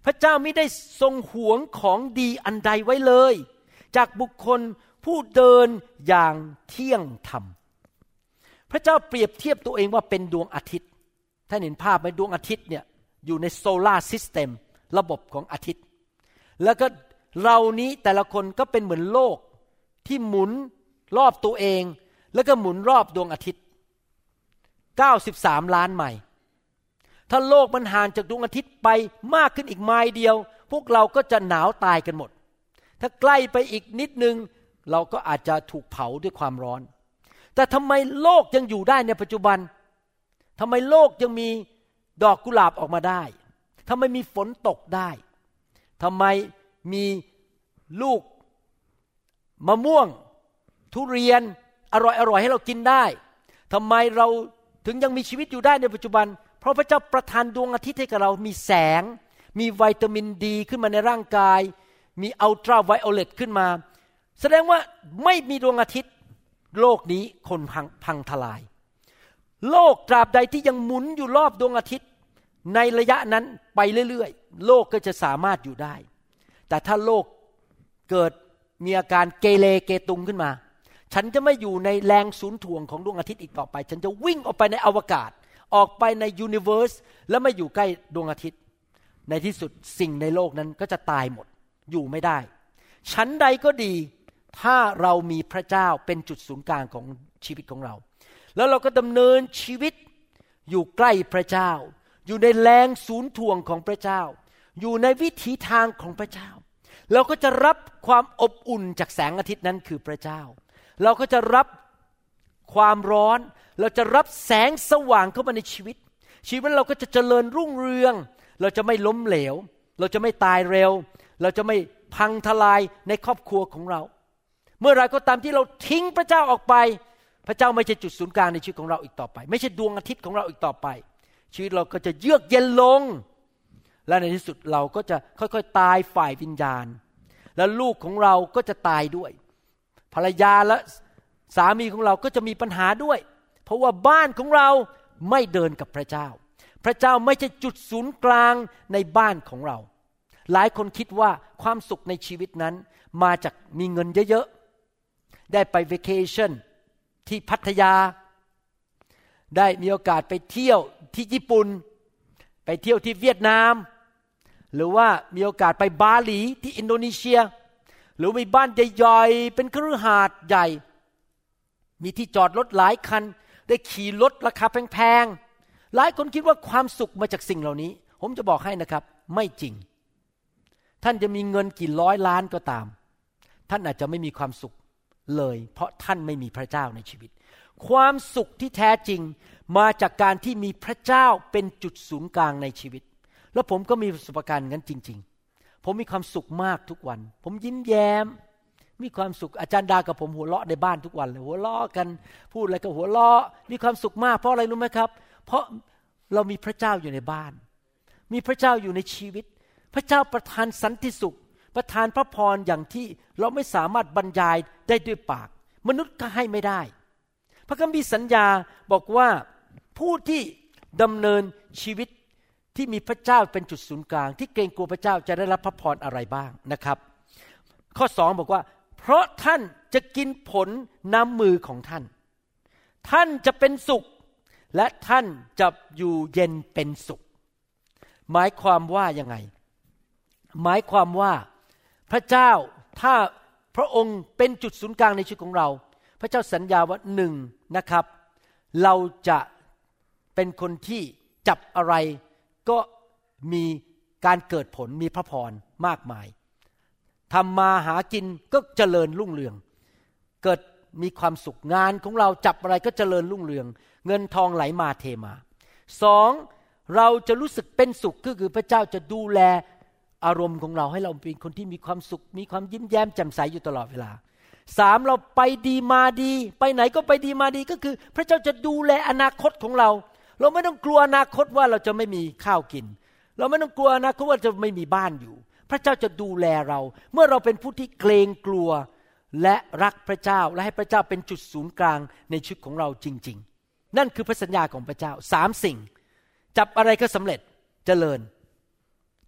พระเจ้าไม่ได้ทรงหวงของดีอันใดไว้เลยจากบุคคลผู้เดินอย่างเที่ยงธรรมพระเจ้าเปรียบเทียบตัวเองว่าเป็นดวงอาทิตย์ท่านเห็นภาพไหมดวงอาทิตย์เนี่ยอยู่ในโซลาร์ซิสเต็มระบบของอาทิตย์แล้วก็เรานี้แต่ละคนก็เป็นเหมือนโลกที่หมุนรอบตัวเองแล้วก็หมุนรอบดวงอาทิตย์เก้าสิบสามล้านไมล์ถ้าโลกมันห่างจากดวงอาทิตย์ไปมากขึ้นอีกไมล์เดียวพวกเราก็จะหนาวตายกันหมดถ้าใกล้ไปอีกนิดนึงเราก็อาจจะถูกเผาด้วยความร้อนแต่ทำไมโลกยังอยู่ได้ในปัจจุบันทำไมโลกยังมีดอกกุหลาบออกมาได้ทำไมมีฝนตกได้ทำไมมีลูกมะม่วงทุเรียนอร่อยๆให้เรากินได้ทำไมเราถึงยังมีชีวิตอยู่ได้ในปัจจุบันเพราะพระเจ้าประทานดวงอาทิตย์ให้กับเรามีแสงมีวิตามินดีขึ้นมาในร่างกายมีอัลตราไวโอเลตขึ้นมาแสดงว่าไม่มีดวงอาทิตย์โลกนี้คนพังพังทลายโลกตราบใดที่ยังหมุนอยู่รอบดวงอาทิตย์ในระยะนั้นไปเรื่อยๆโลกก็จะสามารถอยู่ได้แต่ถ้าโลกเกิดมีอาการเกเรเกตุงขึ้นมาฉันจะไม่อยู่ในแรงศูนย์ถ่วงของดวงอาทิตย์อีกต่อไปฉันจะวิ่งออกไปในอวกาศออกไปในยูนิเวอร์สแล้วไม่อยู่ใกล้ดวงอาทิตย์ในที่สุดสิ่งในโลกนั้นก็จะตายหมดอยู่ไม่ได้ชั้นใดก็ดีถ้าเรามีพระเจ้าเป็นจุดศูนย์กลางของชีวิตของเราแล้วเราก็ดำเนินชีวิตอยู่ใกล้พระเจ้าอยู่ในแรงศูนย์ถ่วงของพระเจ้าอยู่ในวิถีทางของพระเจ้าเราก็จะรับความอบอุ่นจากแสงอาทิตย์นั้นคือพระเจ้าเราก็จะรับความร้อนเราจะรับแสงสว่างเข้ามาในชีวิตชีวิตเราก็จะเจริญรุ่งเรืองเราจะไม่ล้มเหลวเราจะไม่ตายเร็วเราจะไม่พังทลายในครอบครัวของเราเมื่อไรก็ตามที่เราทิ้งพระเจ้าออกไปพระเจ้าไม่ใช่จุดศูนย์กลางในชีวิตของเราอีกต่อไปไม่ใช่ดวงอาทิตย์ของเราอีกต่อไปชีวิตเราก็จะเยือกเย็นลงและในที่สุดเราก็จะค่อยๆตายฝ่ายวิญญาณและลูกของเราก็จะตายด้วยภรรยาและสามีของเราก็จะมีปัญหาด้วยเพราะว่าบ้านของเราไม่เดินกับพระเจ้าพระเจ้าไม่ใช่จุดศูนย์กลางในบ้านของเราหลายคนคิดว่าความสุขในชีวิตนั้นมาจากมีเงินเยอะๆได้ไปเวเคชั่นที่พัทยาได้มีโอกาสไปเที่ยวที่ญี่ปุ่นไปเที่ยวที่เวียดนามหรือว่ามีโอกาสไปบาหลีที่อินโดนีเซียหรือมีบ้านใหญ่ๆเป็นคฤหาสน์ใหญ่มีที่จอดรถหลายคันได้ขี่รถราคาแพงๆหลายคนคิดว่าความสุขมาจากสิ่งเหล่านี้ผมจะบอกให้นะครับไม่จริงท่านจะมีเงินกี่ร้อยล้านก็ตามท่านอาจจะไม่มีความสุขเลยเพราะท่านไม่มีพระเจ้าในชีวิตความสุขที่แท้จริงมาจากการที่มีพระเจ้าเป็นจุดศูนย์กลางในชีวิตแล้วผมก็มีประสบการณ์งั้นจริงๆผมมีความสุขมากทุกวันผมยิ้มแย้มมีความสุขอาจารย์ดากับผมหัวเราะในบ้านทุกวันเลยหัวเราะกันพูดอะไรก็หัวเราะมีความสุขมากเพราะอะไรรู้ไหมครับเพราะเรามีพระเจ้าอยู่ในบ้านมีพระเจ้าอยู่ในชีวิตพระเจ้าประทานสันติสุขประทานพระพรอย่างที่เราไม่สามารถบรรยายได้ด้วยปากมนุษย์ก็ให้ไม่ได้พระคัมภีร์สัญญาบอกว่าผู้ที่ดำเนินชีวิตที่มีพระเจ้าเป็นจุดศูนย์กลางที่เกรงกลัวพระเจ้าจะได้รับพระพรอะไรบ้างนะครับข้อสองบอกว่าเพราะท่านจะกินผลน้ำมือของท่านท่านจะเป็นสุขและท่านจะอยู่เย็นเป็นสุขหมายความว่ายังไงหมายความว่าพระเจ้าถ้าพระองค์เป็นจุดศูนย์กลางในชีวิตของเราพระเจ้าสัญญาว่าหนึ่งนะครับเราจะเป็นคนที่จับอะไรก็มีการเกิดผลมีพระพรมากมายทำมาหากินก็เจริญรุ่งเรืองเกิดมีความสุขงานของเราจับอะไรก็เจริญรุ่งเรืองเงินทองไหลมาเทมาสองเราจะรู้สึกเป็นสุขก็คือพระเจ้าจะดูแลอารมณ์ของเราให้เราเป็นคนที่มีความสุขมีความยิ้มแย้มแจ่มใสอยู่ตลอดเวลาสามเราไปดีมาดีไปไหนก็ไปดีมาดีก็คือพระเจ้าจะดูแลอนาคตของเราเราไม่ต้องกลัวอนาคตว่าเราจะไม่มีข้าวกินเราไม่ต้องกลัวอนาคตว่าจะไม่มีบ้านอยู่พระเจ้าจะดูแลเราเมื่อเราเป็นผู้ที่เกรงกลัวและรักพระเจ้าและให้พระเจ้าเป็นจุดศูนย์กลางในชีวิตของเราจริงๆนั่นคือพระสัญญาของพระเจ้าสามสิ่งจับอะไรก็สำเร็จเจริญ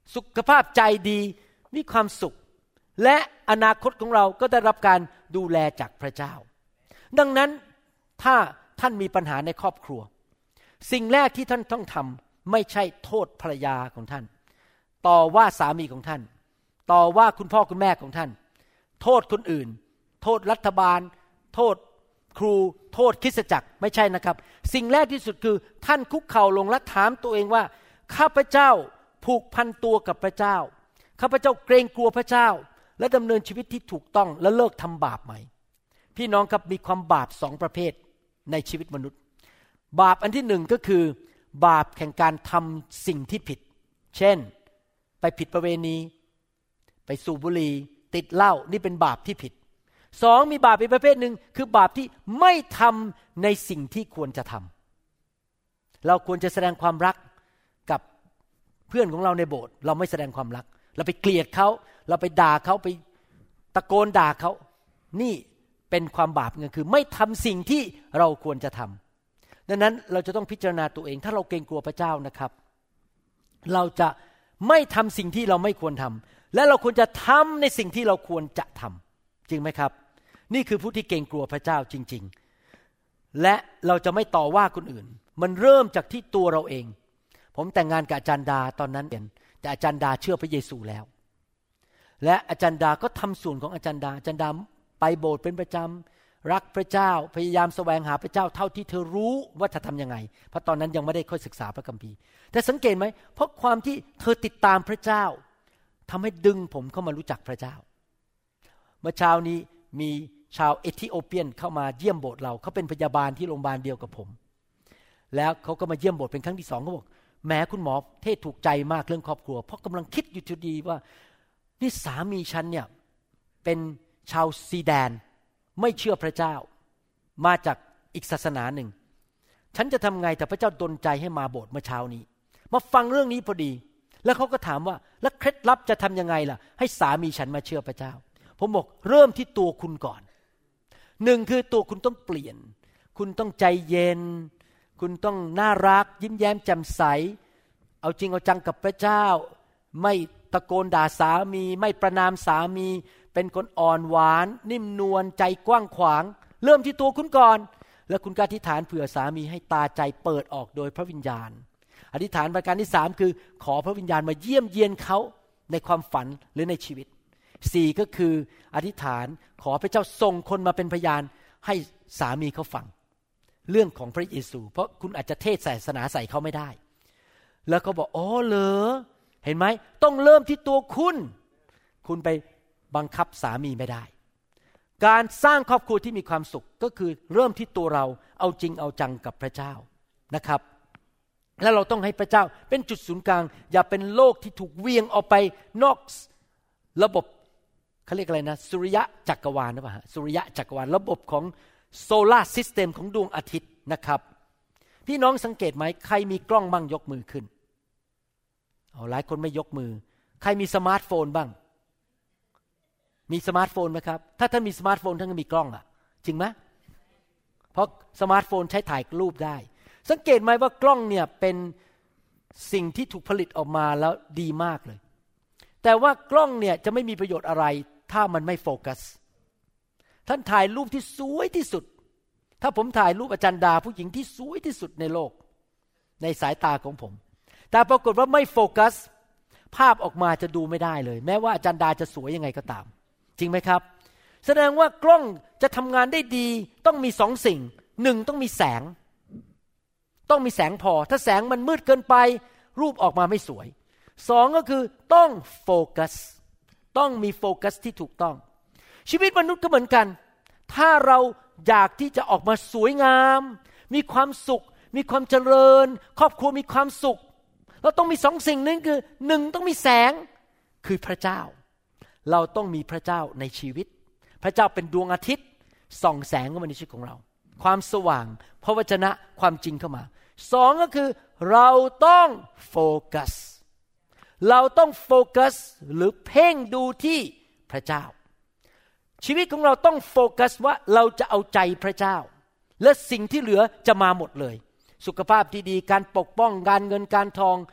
สุขภาพใจดีมีความสุขและอนาคตของเราก็ได้รับการดูแลจากพระเจ้าดังนั้นถ้าท่านมีปัญหาในครอบครัวสิ่งแรกที่ท่านต้องทำไม่ใช่โทษภรรยาของท่านต่อว่าสามีของท่านต่อว่าคุณพ่อคุณแม่ของท่านโทษคนอื่นโทษรัฐบาลโทษครูโทษคริสตจักรไม่ใช่นะครับสิ่งแรกที่สุดคือท่านคุกเข่าลงและถามตัวเองว่าข้าพเจ้าผูกพันตัวกับพระเจ้าข้าพเจ้าเกรงกลัวพระเจ้าและดำเนินชีวิตที่ถูกต้องและเลิกทำบาปไหมพี่น้องครับมีความบาปสองประเภทในชีวิตมนุษย์บาปอันที่หนึ่งก็คือบาปแห่งการทำสิ่งที่ผิดเช่นไปผิดประเวณีไปสูบบุหรี่ติดเหล้านี่เป็นบาปที่ผิดสองมีบาปอีกประเภทหนึ่งคือบาปที่ไม่ทำในสิ่งที่ควรจะทำเราควรจะแสดงความรักกับเพื่อนของเราในโบสถ์เราไม่แสดงความรักเราไปเกลียดเขาเราไปด่าเขาไปตะโกนด่าเขานี่เป็นความบาปเงินคือไม่ทำสิ่งที่เราควรจะทำดังนั้นเราจะต้องพิจารณาตัวเองถ้าเราเกรงกลัวพระเจ้านะครับเราจะไม่ทำสิ่งที่เราไม่ควรทำและเราควรจะทำในสิ่งที่เราควรจะทำจริงไหมครับนี่คือผู้ที่เกรงกลัวพระเจ้าจริงๆและเราจะไม่ต่อว่าคนอื่นมันเริ่มจากที่ตัวเราเองผมแต่งงานกับอาจารย์ดาตอนนั้นเองแต่อาจารย์ดาเชื่อพระเยซูแล้วและอาจารย์ดาก็ทำส่วนของอาจารย์ดาอาจารย์ดาไปโบสถ์เป็นประจำรักพระเจ้าพยายามแสวงหาพระเจ้าเท่าที่เธอรู้ว่าจะทำยังไงเพราะตอนนั้นยังไม่ได้ค่อยศึกษาพระคัมภีร์แต่สังเกตไหมเพราะความที่เธอติดตามพระเจ้าทำให้ดึงผมเข้ามารู้จักพระเจ้าเมื่อเช้านี้มีชาวเอธิโอเปียนเข้ามาเยี่ยมโบสถ์เราเขาเป็นพยาบาลที่โรงพยาบาลเดียวกับผมแล้วเขาก็มาเยี่ยมโบสถ์เป็นครั้งที่สองเขาบอกแหมคุณหมอเทศถูกใจมากเรื่องครอบครัวเพราะกำลังคิดอยู่จุดดีว่านี่สามีฉันเนี่ยเป็นชาวซีแดนไม่เชื่อพระเจ้ามาจากอีกศาสนาหนึ่งฉันจะทำไงแต่พระเจ้าดลใจให้มาโบสถ์เมื่อเช้านี้มาฟังเรื่องนี้พอดีแล้วเขาก็ถามว่าแล้วเคล็ดลับจะทำยังไงล่ะให้สามีฉันมาเชื่อพระเจ้าผมบอกเริ่มที่ตัวคุณก่อนหนึ่งคือตัวคุณต้องเปลี่ยนคุณต้องใจเย็นคุณต้องน่ารักยิ้มแย้มแจ่มใสเอาจริงเอาจังกับพระเจ้าไม่ตะโกนด่าสามีไม่ประณามสามีเป็นคนอ่อนหวานนิ่มนวลใจกว้างขวางเริ่มที่ตัวคุณก่อนแล้วคุณก็อธิษฐานเผื่อสามีให้ตาใจเปิดออกโดยพระวิญญาณอธิษฐานประการที่สามคือขอพระวิญญาณมาเยี่ยมเยียนเขาในความฝันหรือในชีวิตสี่ก็คืออธิษฐานขอพระเจ้าส่งคนมาเป็นพยานให้สามีเขาฟังเรื่องของพระเยซูเพราะคุณอาจจะเทศศาสนาใส่เขาไม่ได้แล้วเขาบอกอ๋อเหรอเห็นไหมต้องเริ่มที่ตัวคุณคุณไปบังคับสามีไม่ได้การสร้างครอบครัวที่มีความสุขก็คือเริ่มที่ตัวเราเอาจริงเอาจังกับพระเจ้านะครับและเราต้องให้พระเจ้าเป็นจุดศูนย์กลางอย่าเป็นโลกที่ถูกเวียงออกไปนอกระบบเขาเรียกอะไรนะสุริยะจักรวาลหรือเปล่าสุริยะจักรวาลระบบของโซลาร์ซิสเต็มของดวงอาทิตย์นะครับพี่น้องสังเกตไหมใครมีกล้องบ้างยกมือขึ้นอ๋อหลายคนไม่ยกมือใครมีสมาร์ทโฟนบ้างมีสมาร์ทโฟนไหมครับถ้าท่านมีสมาร์ทโฟนท่านก็มีกล้องอ่ะจริงไหมเพราะสมาร์ทโฟนใช้ถ่ายรูปได้สังเกตไหมว่ากล้องเนี่ยเป็นสิ่งที่ถูกผลิตออกมาแล้วดีมากเลยแต่ว่ากล้องเนี่ยจะไม่มีประโยชน์อะไรถ้ามันไม่โฟกัสท่านถ่ายรูปที่สวยที่สุดถ้าผมถ่ายรูปอาจารย์ดาผู้หญิงที่สวยที่สุดในโลกในสายตาของผมแต่ปรากฏว่าไม่โฟกัสภาพออกมาจะดูไม่ได้เลยแม้ว่าอาจารย์ดาจะสวยยังไงก็ตามจริงไหมครับแสดงว่ากล้องจะทำงานได้ดีต้องมีสองสิ่งหนึ่งต้องมีแสงต้องมีแสงพอถ้าแสงมันมืดเกินไปรูปออกมาไม่สวยสองก็คือต้องโฟกัสต้องมีโฟกัสที่ถูกต้องชีวิตมนุษย์ก็เหมือนกันถ้าเราอยากที่จะออกมาสวยงามมีความสุขมีความเจริญครอบครัวมีความสุขเราต้องมีสองสิ่งนึงคือหนึ่งต้องมีแสงคือพระเจ้าเราต้องมีพระเจ้าในชีวิตพระเจ้าเป็นดวงอาทิตย์ส่องแสงเข้ามาในชีวิตของเราความสว่างพระวจนะความจริงเข้ามาสองก็คือเราต้องโฟกัสเราต้องโฟกัสหรือเพ่งดูที่พระเจ้าชีวิตของเราต้องโฟกัสว่าเราจะเอาใจพระเจ้าและสิ่งที่เหลือจะมาหมดเลยสุขภาพที่ดีการปกป้องการเงินการทอง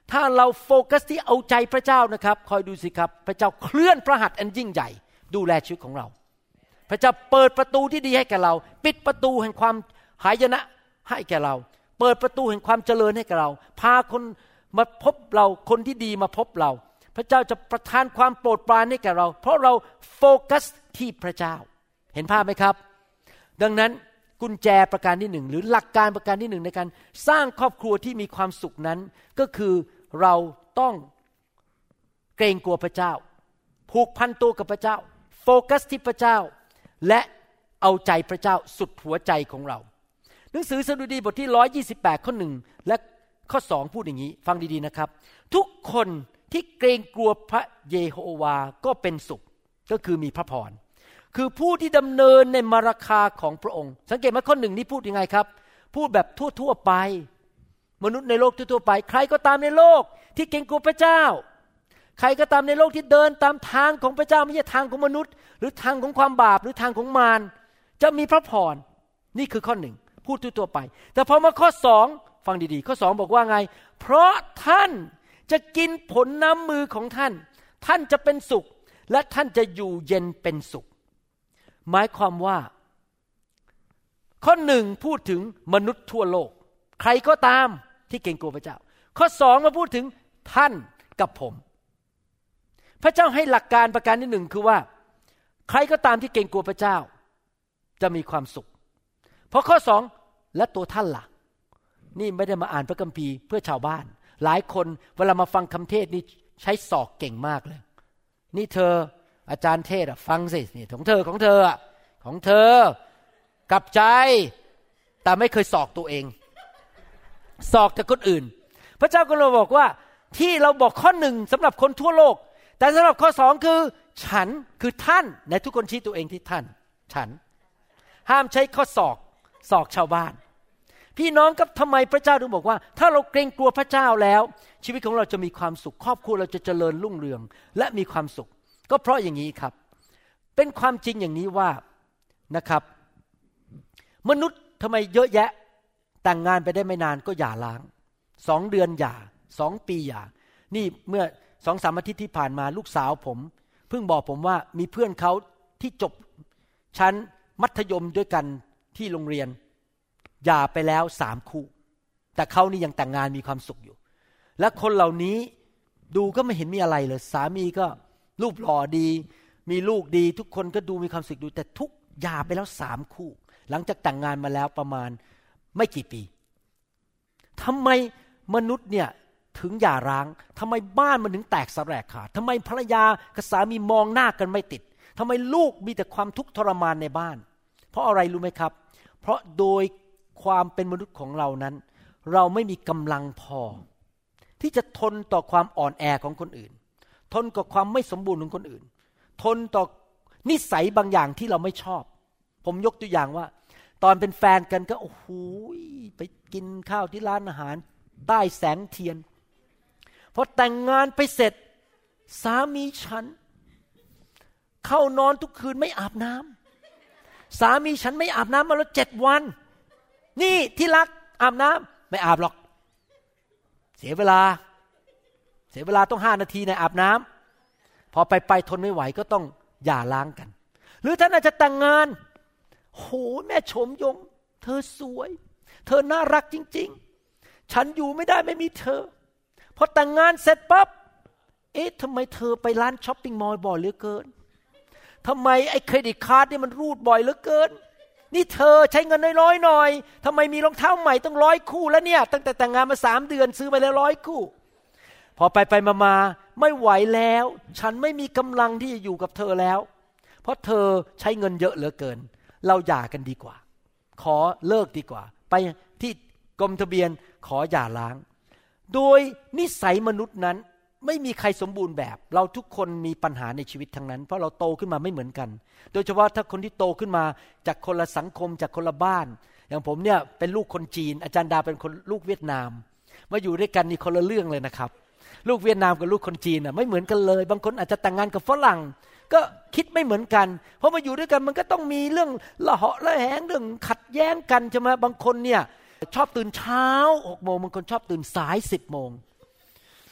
ถ้าเราโฟกัสที่เอาใจพระเจ้านะครับคอยดูสิครับพระเจ้าเคลื่อนพระหัตถ์อันยิ่งใหญ่ดูแลชีวิตของเราพระเจ้าเปิดประตูที่ดีให้แก่เราปิดประตูแห่งความหายนะให้แก่เราเปิดประตูแห่งความเจริญให้แก่เราพาคนมาพบเราคนที่ดีมาพบเราพระเจ้าจะประทานความโปรดปรานให้แก่เราเพราะเราโฟกัสที่พระเจ้าเห็นภาพไหมครับดังนั้นกุญแจประการที่หนึ่งหรือหลักการประการที่หนึ่งในการสร้างครอบครัวที่มีความสุขนั้นก็คือเราต้องเกรงกลัวพระเจ้าผูกพันตัวกับพระเจ้าโฟกัสที่พระเจ้าและเอาใจพระเจ้าสุดหัวใจของเราหนังสือสดุดีบทที่หนึ่งร้อยยี่สิบแปดข้อหนึ่งและข้อสองพูดอย่างนี้ฟังดีๆนะครับทุกคนที่เกรงกลัวพระเยโฮวาก็เป็นสุขก็คือมีพระพรคือผู้ที่ดำเนินในมรรคาของพระองค์สังเกตไหมข้อหนึ่งนี้พูดยังไงครับพูดแบบทั่วๆไปมนุษย์ในโลกทั่วๆไปใครก็ตามในโลกที่เกรงกลัวพระเจ้าใครก็ตามในโลกที่เดินตามทางของพระเจ้าไม่ใช่ทางของมนุษย์หรือทางของความบาปหรือทางของมารจะมีพระพรนี่คือข้อหนึ่งพูดทั่วๆไปแต่พอมาข้อสองฟังดีๆข้อสองบอกว่าไงเพราะท่านจะกินผลน้ำมือของท่านท่านจะเป็นสุขและท่านจะอยู่เย็นเป็นสุขหมายความว่าข้อหนึ่งพูดถึงมนุษย์ทั่วโลกใครก็ตามที่เกรงกลัวพระเจ้าข้อสองมาพูดถึงท่านกับผมพระเจ้าให้หลักการประการที่หนึ่งคือว่าใครก็ตามที่เกรงกลัวพระเจ้าจะมีความสุขเพราะข้อสองและตัวท่านล่ะนี่ไม่ได้มาอ่านพระคัมภีร์เพื่อชาวบ้านหลายคนเวลามาฟังคำเทศนี่ใช้ศอกเก่งมากเลยนี่เธออาจารย์เทศอ่ะฟังสินี่ของเธอของเธออ่ะของเธอกลับใจแต่ไม่เคยศอกตัวเองศอกแต่คนอื่นพระเจ้าก็เลยบอกว่าที่เราบอกข้อหนึ่งสำหรับคนทั่วโลกแต่สำหรับข้อสองคือฉันคือท่านในทุกคนชี้ตัวเองที่ท่านฉันห้ามใช้ข้อศอกศอกชาวบ้านพี่น้องครับทำไมพระเจ้าถึงบอกว่าถ้าเราเกรงกลัวพระเจ้าแล้วชีวิตของเราจะมีความสุขครอบครัวเราจะเจริญรุ่งเรืองและมีความสุขก็เพราะอย่างนี้ครับเป็นความจริงอย่างนี้ว่านะครับมนุษย์ทำไมเยอะแยะแต่งงานไปได้ไม่นานก็หย่าร้างสองเดือนหย่าสองปีหย่านี่เมื่อสองสามอาทิตย์ที่ผ่านมาลูกสาวผมเพิ่งบอกผมว่ามีเพื่อนเขาที่จบชั้นมัธยมด้วยกันที่โรงเรียนหย่าไปแล้วสามคู่แต่เขานี่ยังแต่งงานมีความสุขอยู่และคนเหล่านี้ดูก็ไม่เห็นมีอะไรเลยสามีก็รูปหล่อดีมีลูกดีทุกคนก็ดูมีความสุขดูแต่ทุกหย่าไปแล้วสามคู่หลังจากแต่งงานมาแล้วประมาณไม่กี่ปีทำไมมนุษย์เนี่ยถึงหย่าร้างทำไมบ้านมันถึงแตกสลายขาดทำไมภรรยากับสามีมองหน้ากันไม่ติดทำไมลูกมีแต่ความทุกข์ทรมานในบ้านเพราะอะไรรู้ไหมครับเพราะโดยความเป็นมนุษย์ของเรานั้นเราไม่มีกำลังพอที่จะทนต่อความอ่อนแอของคนอื่นทนกับความไม่สมบูรณ์ของคนอื่นทนต่อนิสัยบางอย่างที่เราไม่ชอบผมยกตัวอย่างว่าตอนเป็นแฟนกันก็โอ้โหไปกินข้าวที่ร้านอาหารใต้แสงเทียนพอแต่งงานไปเสร็จสามีฉันเข้านอนทุกคืนไม่อาบน้ำสามีฉันไม่อาบน้ำมาแล้วเจ็ดวันนี่ที่รักอาบน้ำไม่อาบหรอกเสียเวลาเสียเวลาต้องห้านาทีในอาบน้ำพอไปไปทนไม่ไหวก็ต้องหย่าร้างกันหรือท่านอาจจะแต่งงานโหแม่ชมยงเธอสวยเธอน่ารักจริงๆฉันอยู่ไม่ได้ไม่มีเธอพอแต่งงานเสร็จปั๊บเอ๊ะทำไมเธอไปร้านช้อปปิ้งมอลล์บ่อยเหลือเกินทำไมไอ้เครดิตการ์ดนี่มันรูดบ่อยเหลือเกินนี่เธอใช้เงินน้อยๆหน่อยทำไมมีรองเท้าใหม่ต้องร้อยคู่แล้วเนี่ยตั้งแต่แต่งงานมาสามเดือนซื้อไปแล้วร้อยคู่พอไปไปมาๆไม่ไหวแล้วฉันไม่มีกำลังที่จะอยู่กับเธอแล้วเพราะเธอใช้เงินเยอะเหลือเกินเราหย่ากันดีกว่าขอเลิกดีกว่าไปที่กรมทะเบียนขอหย่าร้างโดยนิสัยมนุษย์นั้นไม่มีใครสมบูรณ์แบบเราทุกคนมีปัญหาในชีวิตทั้งนั้นเพราะเราโตขึ้นมาไม่เหมือนกันโดยเฉพาะถ้าคนที่โตขึ้นมาจากคนละสังคมจากคนละบ้านอย่างผมเนี่ยเป็นลูกคนจีนอาจารย์ดาเป็นคนลูกเวียดนามมาอยู่ด้วยกันนี่คนละเรื่องเลยนะครับลูกเวียดนามกับลูกคนจีนน่ะไม่เหมือนกันเลยบางคนอาจจะแต่งงานกับฝรั่งก็คิดไม่เหมือนกันเพราะมาอยู่ด้วยกันมันก็ต้องมีเรื่องละเหาะละแหงเรื่องขัดแย้งกันใช่ไหมบางคนเนี่ยชอบตื่นเช้าหกโมงบางคนชอบตื่นสายสิบโมง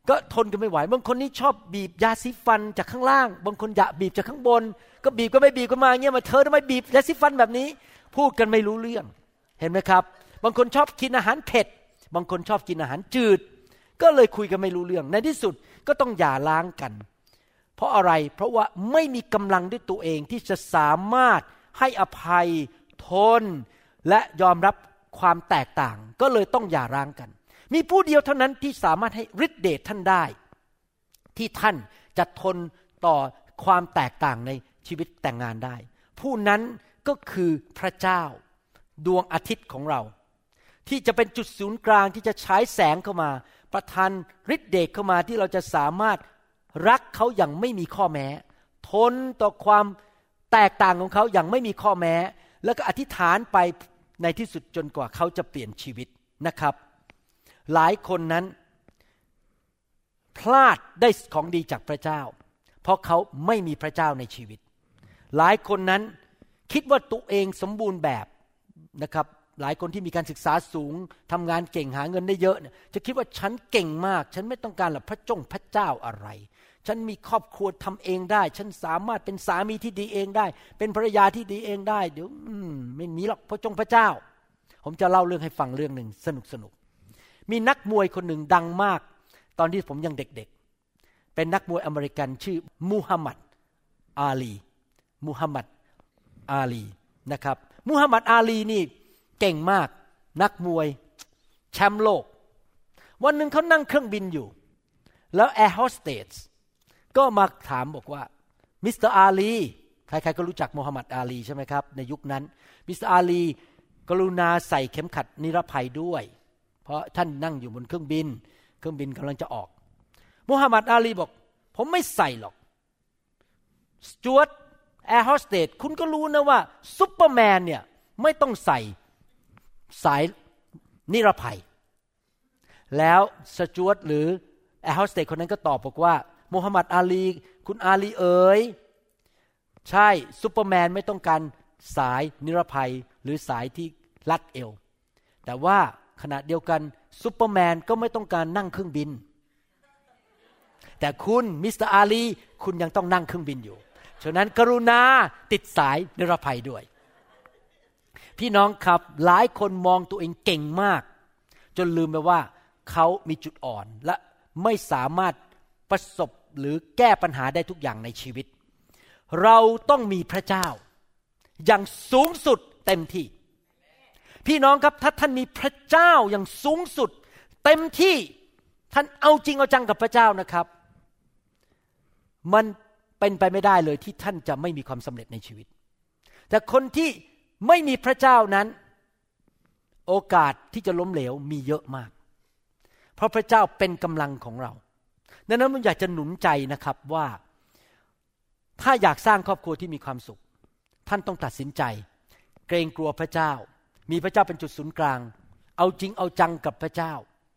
ก็ทนกันไม่ไหวบางคนนี่ชอบบีบยาสีฟันจากข้างล่างบางคนอยากบีบจากข้างบนก็บีบก็ไม่บีบกันมาเงี้ยมาเธอทำไมบีบยาสีฟันแบบนี้พูดกันไม่รู้เรื่องเห็นไหมครับบางคนชอบกินอาหารเผ็ดบางคนชอบกินอาหารจืดก็เลยคุยกันไม่รู้เรื่องในที่สุดก็ต้องหย่าร้างกันเพราะอะไรเพราะว่าไม่มีกำลังด้วยตัวเองที่จะสามารถให้อภัยทนและยอมรับความแตกต่างก็เลยต้องหย่าร้างกันมีผู้เดียวเท่านั้นที่สามารถให้ฤทธิเดชท่านได้ที่ท่านจะทนต่อความแตกต่างในชีวิตแต่งงานได้ผู้นั้นก็คือพระเจ้าดวงอาทิตย์ของเราที่จะเป็นจุดศูนย์กลางที่จะฉายแสงเข้ามาประทานฤทธิเดชเข้ามาที่เราจะสามารถรักเขาอย่างไม่มีข้อแม้ทนต่อความแตกต่างของเขาอย่างไม่มีข้อแม้แล้วก็อธิษฐานไปในที่สุดจนกว่าเขาจะเปลี่ยนชีวิตนะครับหลายคนนั้นพลาดได้ของดีจากพระเจ้าเพราะเขาไม่มีพระเจ้าในชีวิตหลายคนนั้นคิดว่าตัวเองสมบูรณ์แบบนะครับหลายคนที่มีการศึกษาสูงทำงานเก่งหาเงินได้เยอะเนี่ยจะคิดว่าฉันเก่งมากฉันไม่ต้องการหรอกพระจงพระเจ้าอะไรฉันมีครอบครัวทำเองได้ฉันสามารถเป็นสามีที่ดีเองได้เป็นภรรยาที่ดีเองได้เดี๋ยวไม่มีหรอกพระจงพระเจ้าผมจะเล่าเรื่องให้ฟังเรื่องหนึ่งสนุกสนุกมีนักมวยคนหนึ่งดังมากตอนที่ผมยังเด็กๆเป็นนักมวยอเมริกันชื่อมูฮัมหมัดอาลีมูฮัมหมัดอาลีนะครับมูฮัมหมัดอาลีนี่เก่งมากนักมวยแชมป์โลกวันหนึ่งเขานั่งเครื่องบินอยู่แล้วแอร์โฮสเตสก็มาถามบอกว่ามิสเตอร์อาลีใครๆก็รู้จักมูฮัมหมัดอาลีใช่ไหมครับในยุคนั้นมิสเตอร์อาลีกรุณาใส่เข็มขัดนิรภัยด้วยเพราะท่านนั่งอยู่บนเครื่องบินเครื่องบินกำลังจะออกมูฮัมหมัดอาลีบอกผมไม่ใส่หรอกสจ๊วตแอร์โฮสเตสคุณก็รู้นะว่าซุปเปอร์แมนเนี่ยไม่ต้องใส่สายนิรภัยแล้วสจ๊วตหรือแอร์โฮสเตสคนนั้นก็ตอบบอกว่ามูฮัมหมัดอาลีคุณอาลีเอ๋ยใช่ซุปเปอร์แมนไม่ต้องการสายนิรภัยหรือสายที่รัดเอวแต่ว่าขณะเดียวกันซุปเปอร์แมนก็ไม่ต้องการนั่งเครื่องบินแต่คุณมิสเตอร์อาลีคุณยังต้องนั่งเครื่องบินอยู่ฉะนั้นกรุณาติดสายนิรภัยด้วยพี่น้องครับหลายคนมองตัวเองเก่งมากจนลืมไปว่าเขามีจุดอ่อนและไม่สามารถประสบหรือแก้ปัญหาได้ทุกอย่างในชีวิตเราต้องมีพระเจ้าอย่างสูงสุดเต็มที่พี่น้องครับถ้าท่านมีพระเจ้าอย่างสูงสุดเต็มที่ท่านเอาจริงเอาจังกับพระเจ้านะครับมันเป็นไปไม่ได้เลยที่ท่านจะไม่มีความสำเร็จในชีวิตแต่คนที่ไม่มีพระเจ้านั้นโอกาสที่จะล้มเหลวมีเยอะมากเพราะพระเจ้าเป็นกำลังของเราดังนั้นผมอยากจะหนุนใจนะครับว่าถ้าอยากสร้างครอบครัวที่มีความสุขท่านต้องตัดสินใจเกรงกลัวพระเจ้ามีพระเจ้าเป็นจุดศูนย์กลางเอาจริงเอาจังกับพระเจ้า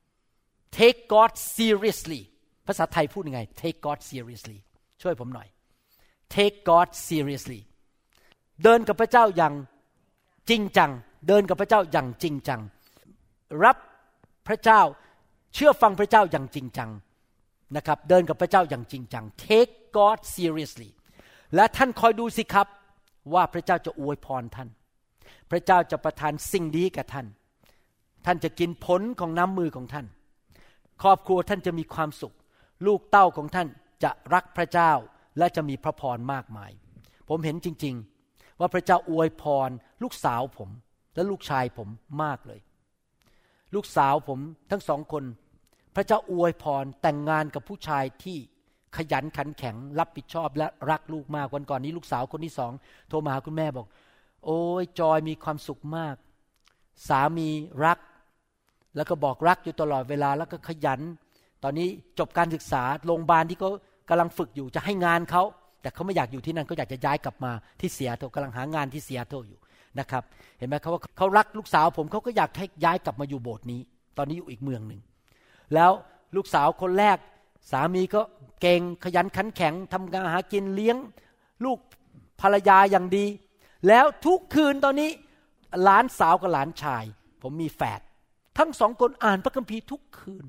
take God seriously ภาษาไทยพูดยังไง take God seriously ช่วยผมหน่อย take God seriously เดินกับพระเจ้าอย่างจริงจังเดินกับพระเจ้าอย่างจริงจังรับพระเจ้าเชื่อฟังพระเจ้าอย่างจริงจังนะครับเดินกับพระเจ้าอย่างจริงจัง take God seriously และท่านคอยดูสิครับว่าพระเจ้าจะอวยพรท่านพระเจ้าจะประทานสิ่งดีกับท่านท่านจะกินผลของน้ำมือของท่านครอบครัวท่านจะมีความสุขลูกเต้าของท่านจะรักพระเจ้าและจะมีพระพรมากมายผมเห็นจริงๆว่าพระเจ้าอวยพรลูกสาวผมและลูกชายผมมากเลยลูกสาวผมทั้งสองคนพระเจ้าอวยพรแต่งงานกับผู้ชายที่ขยันขันแข็งรับผิดชอบและรักลูกมากวันก่อนนี้ลูกสาวคนที่สองโทรมาหาคุณแม่บอกโอ้ยจอยมีความสุขมากสามีรักแล้วก็บอกรักอยู่ตลอดเวลาแล้วก็ขยันตอนนี้จบการศึกษาโรงพยาบาลที่เขากำลังฝึกอยู่จะให้งานเขาแต่เขาไม่อยากอยู่ที่นั่นเขาอยากจะย้ายกลับมาที่เซียโตรกำลังหางานที่เซียโตรอยู่นะครับเห็นไหมเขาว่าเขารักลูกสาวผมเขาก็อยากให้ย้ายกลับมาอยู่โบสถ์นี้ตอนนี้อยู่อีกเมืองหนึ่งแล้วลูกสาวคนแรกสามีก็เก่งขยันขันแข็งทำงานหากินเลี้ยงลูกภรรยาอย่างดีแล้วทุกคืนตอนนี้หลานสาวกับหลานชายผมมีแฝดทั้งสองคนอ่านพระคัมภีร์ทุกคืน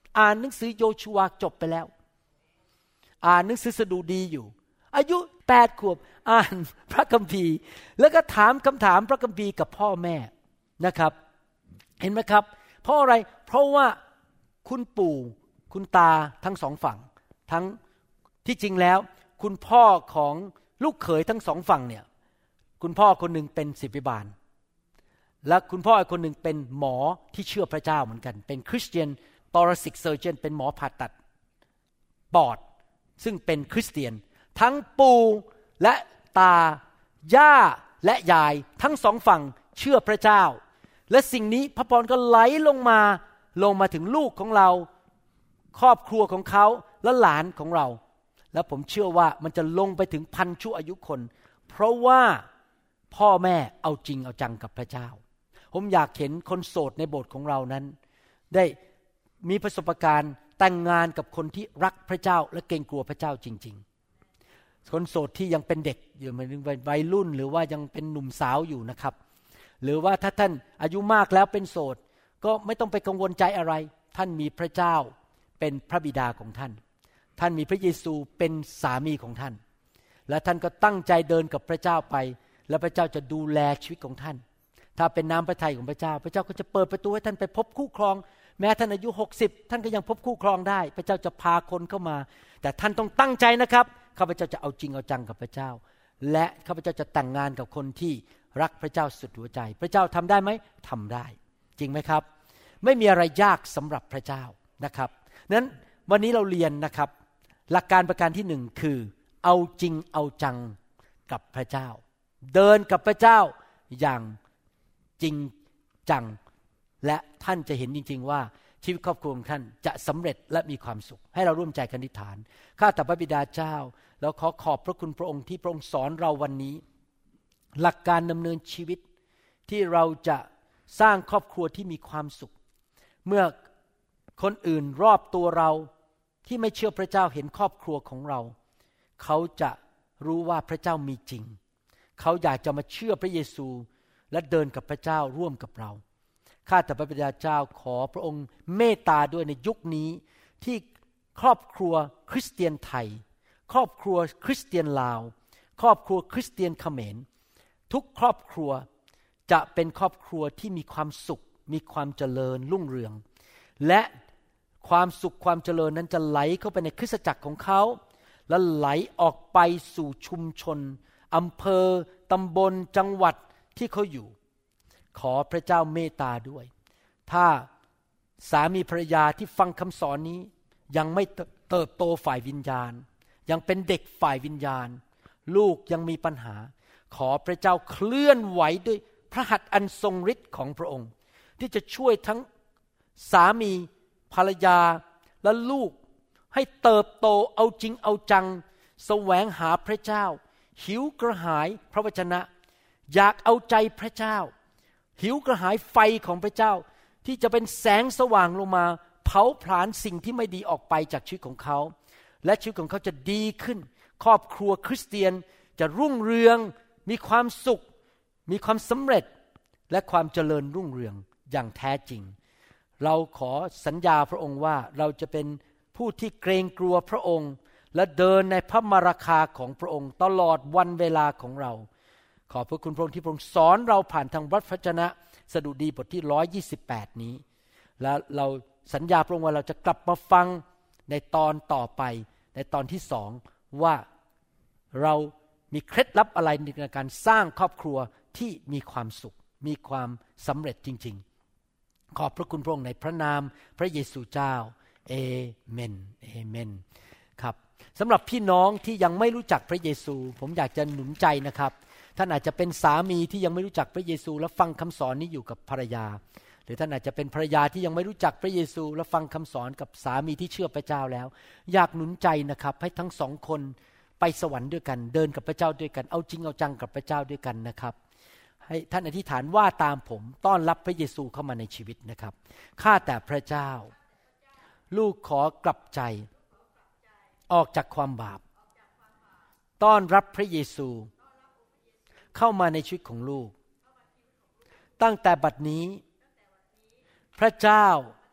อ่านหนังสือโยชูวาจบไปแล้วอ่านหนังสือสดุดีอยู่อายุแปดขวบอ่านพระคัมภีร์แล้วก็ถามคำถามพระคัมภีร์กับพ่อแม่นะครับเห็นไหมครับเพราะอะไรเพราะว่าคุณปู่คุณตาทั้งสองฝั่งทั้งที่จริงแล้วคุณพ่อของลูกเขยทั้งสองฝั่งเนี่ยคุณพ่อคนหนึ่งเป็นศิษยาบาลและคุณพ่ออีกคนหนึ่งเป็นหมอที่เชื่อพระเจ้าเหมือนกันเป็นคริสเตียนทอราซิกเซอร์เจนเป็นหมอผ่าตัดปอดซึ่งเป็นคริสเตียนทั้งปู่และตาย่าและยายทั้งสองฝั่งเชื่อพระเจ้าและสิ่งนี้พระพรก็ไหลลงมาลงมาถึงลูกของเราครอบครัวของเขาและหลานของเราและผมเชื่อว่ามันจะลงไปถึงพันชั่วอายุคนเพราะว่าพ่อแม่เอาจริงเอาจังกับพระเจ้าผมอยากเห็นคนโสดในโบสถ์ของเรานั้นได้มีประสบการณ์แต่งงานกับคนที่รักพระเจ้าและเกรงกลัวพระเจ้าจริงๆคนโสดที่ยังเป็นเด็กอยู่มันวัยรุ่นหรือว่ายังเป็นหนุ่มสาวอยู่นะครับหรือว่าถ้าท่านอายุมากแล้วเป็นโสดก็ไม่ต้องไปกังวลใจอะไรท่านมีพระเจ้าเป็นพระบิดาของท่านท่านมีพระเยซูเป็นสามีของท่านและท่านก็ตั้งใจเดินกับพระเจ้าไปและพระเจ้าจะดูแลชีวิตของท่านถ้าเป็นน้ำพระทัยของพระเจ้าพระเจ้าก็จะเปิดประตูให้ท่านไปพบคู่ครองแม้ท่านอายุหกสิบท่านก็ยังพบคู่ครองได้พระเจ้าจะพาคนเข้ามาแต่ท่านต้องตั้งใจนะครับข้าพเจ้าจะเอาจริงเอาจังกับพระเจ้าและข้าพเจ้าจะแต่งงานกับคนที่รักพระเจ้าสุดหัวใจพระเจ้าทำได้ไหมทำได้จริงไหมครับไม่มีอะไรยากสำหรับพระเจ้านะครับนั้นวันนี้เราเรียนนะครับหลักการประการที่หนึ่งคือเอาจริงเอาจังกับพระเจ้าเดินกับพระเจ้าอย่างจริงจังและท่านจะเห็นจริงๆว่าชีวิตครอบครัวของท่านจะสำเร็จและมีความสุขให้เราร่วมใจกันอธิษฐานข้าแต่พระบิดาเจ้าแล้วขอขอบพระคุณพระองค์ที่พระองค์สอนเราวันนี้หลักการดำเนินชีวิตที่เราจะสร้างครอบครัวที่มีความสุขเมื่อคนอื่นรอบตัวเราที่ไม่เชื่อพระเจ้าเห็นครอบครัวของเราเขาจะรู้ว่าพระเจ้ามีจริงเขาอยากจะมาเชื่อพระเยซูและเดินกับพระเจ้าร่วมกับเราข้าแต่พระบิดาเจ้าขอพระองค์เมตตาด้วยในยุคนี้ที่ครอบครัวคริสเตียนไทยครอบครัวคริสเตียนลาวครอบครัวคริสเตียนเขมรทุกครอบครัวจะเป็นครอบครัวที่มีความสุขมีความเจริญรุ่งเรืองและความสุขความเจริญนั้นจะไหลเข้าไปในคริสตจักรของเขาและไหลออกไปสู่ชุมชนอำเภอตำบลจังหวัดที่เขาอยู่ขอพระเจ้าเมตตาด้วยถ้าสามีภรรยาที่ฟังคำสอนนี้ยังไม่เติบโตฝ่ายวิญญาณยังเป็นเด็กฝ่ายวิญญาณลูกยังมีปัญหาขอพระเจ้าเคลื่อนไหวด้วยพระหัตถ์อันทรงฤทธิ์ของพระองค์ที่จะช่วยทั้งสามีภรรยาและลูกให้เติบโตเอาจริงเอาจังแสวงหาพระเจ้าหิวกระหายพระวจนะอยากเอาใจพระเจ้าหิวกระหายไฟของพระเจ้าที่จะเป็นแสงสว่างลงมาเผาผลาญสิ่งที่ไม่ดีออกไปจากชีวิตของเขาและชีวิตของเขาจะดีขึ้นครอบครัวคริสเตียนจะรุ่งเรืองมีความสุขมีความสำเร็จและความเจริญรุ่งเรืองอย่างแท้จริงเราขอสัญญาพระองค์ว่าเราจะเป็นผู้ที่เกรงกลัวพระองค์และเดินในพระมราคาของพระองค์ตลอดวันเวลาของเราขอบพระคุณพระองค์ที่พระองค์สอนเราผ่านทางพระวจนะสดุดีบทที่หนึ่งร้อยยี่สิบแปดนี้และเราสัญญาพระองค์ว่าเราจะกลับมาฟังในตอนต่อไปในตอนที่สองว่าเรามีเคล็ดลับอะไรในการสร้างครอบครัวที่มีความสุขมีความสำเร็จจริงๆขอบพระคุณพระองค์ในพระนามพระเยซูเจ้าเอเมนเอเมนครับสำหรับพี่น้องที่ยังไม่รู้จักพระเยซูผมอยากจะหนุนใจนะครับท่านอาจจะเป็นสามีที่ยังไม่รู้จักพระเยซูและฟังคำสอนนี้อยู่กับภรรยาหรือท่านอาจจะเป็นภรรยาที่ยังไม่รู้จักพระเยซูและฟังคำสอนกับสามีที่เชื่อพระเจ้าแล้วอยากหนุนใจนะครับให้ทั้งสองคนไปสวรรค์ด้วยกันเดินกับพระเจ้าด้วยกันเอาจริงเอาจังกับพระเจ้าด้วยกันนะครับให้ท่านอธิษฐานว่าตามผมต้อนรับพระเยซูเข้ามาในชีวิตนะครับข้าแต่พระเจ้าลูกขอกลับใจออกจากความบาปต้อนรับพระเยซูเข้ามาในชีวิตของลูกตั้งแต่บัดนี้พระเจ้า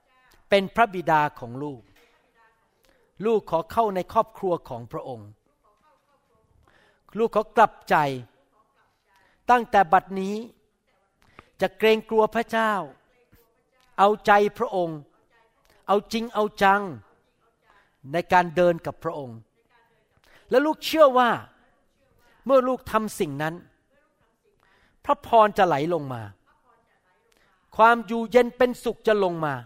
เป็นพระบิดาของลูกลูกขอเข้าในครอบครัวของพระองค์ลูกขอกลับใจตั้งแต่บัดนี้จะเกรงกลัวพระเจ้าเอาใจพระองค์เอาจริงเอาจังในการเดินกับพระองค์และลูกเชื่อว่าเมื่อลูกทำสิ่งนั้นพระพรจะไหลลงมาความอยู่เย็นเป็นสุขจะลงมา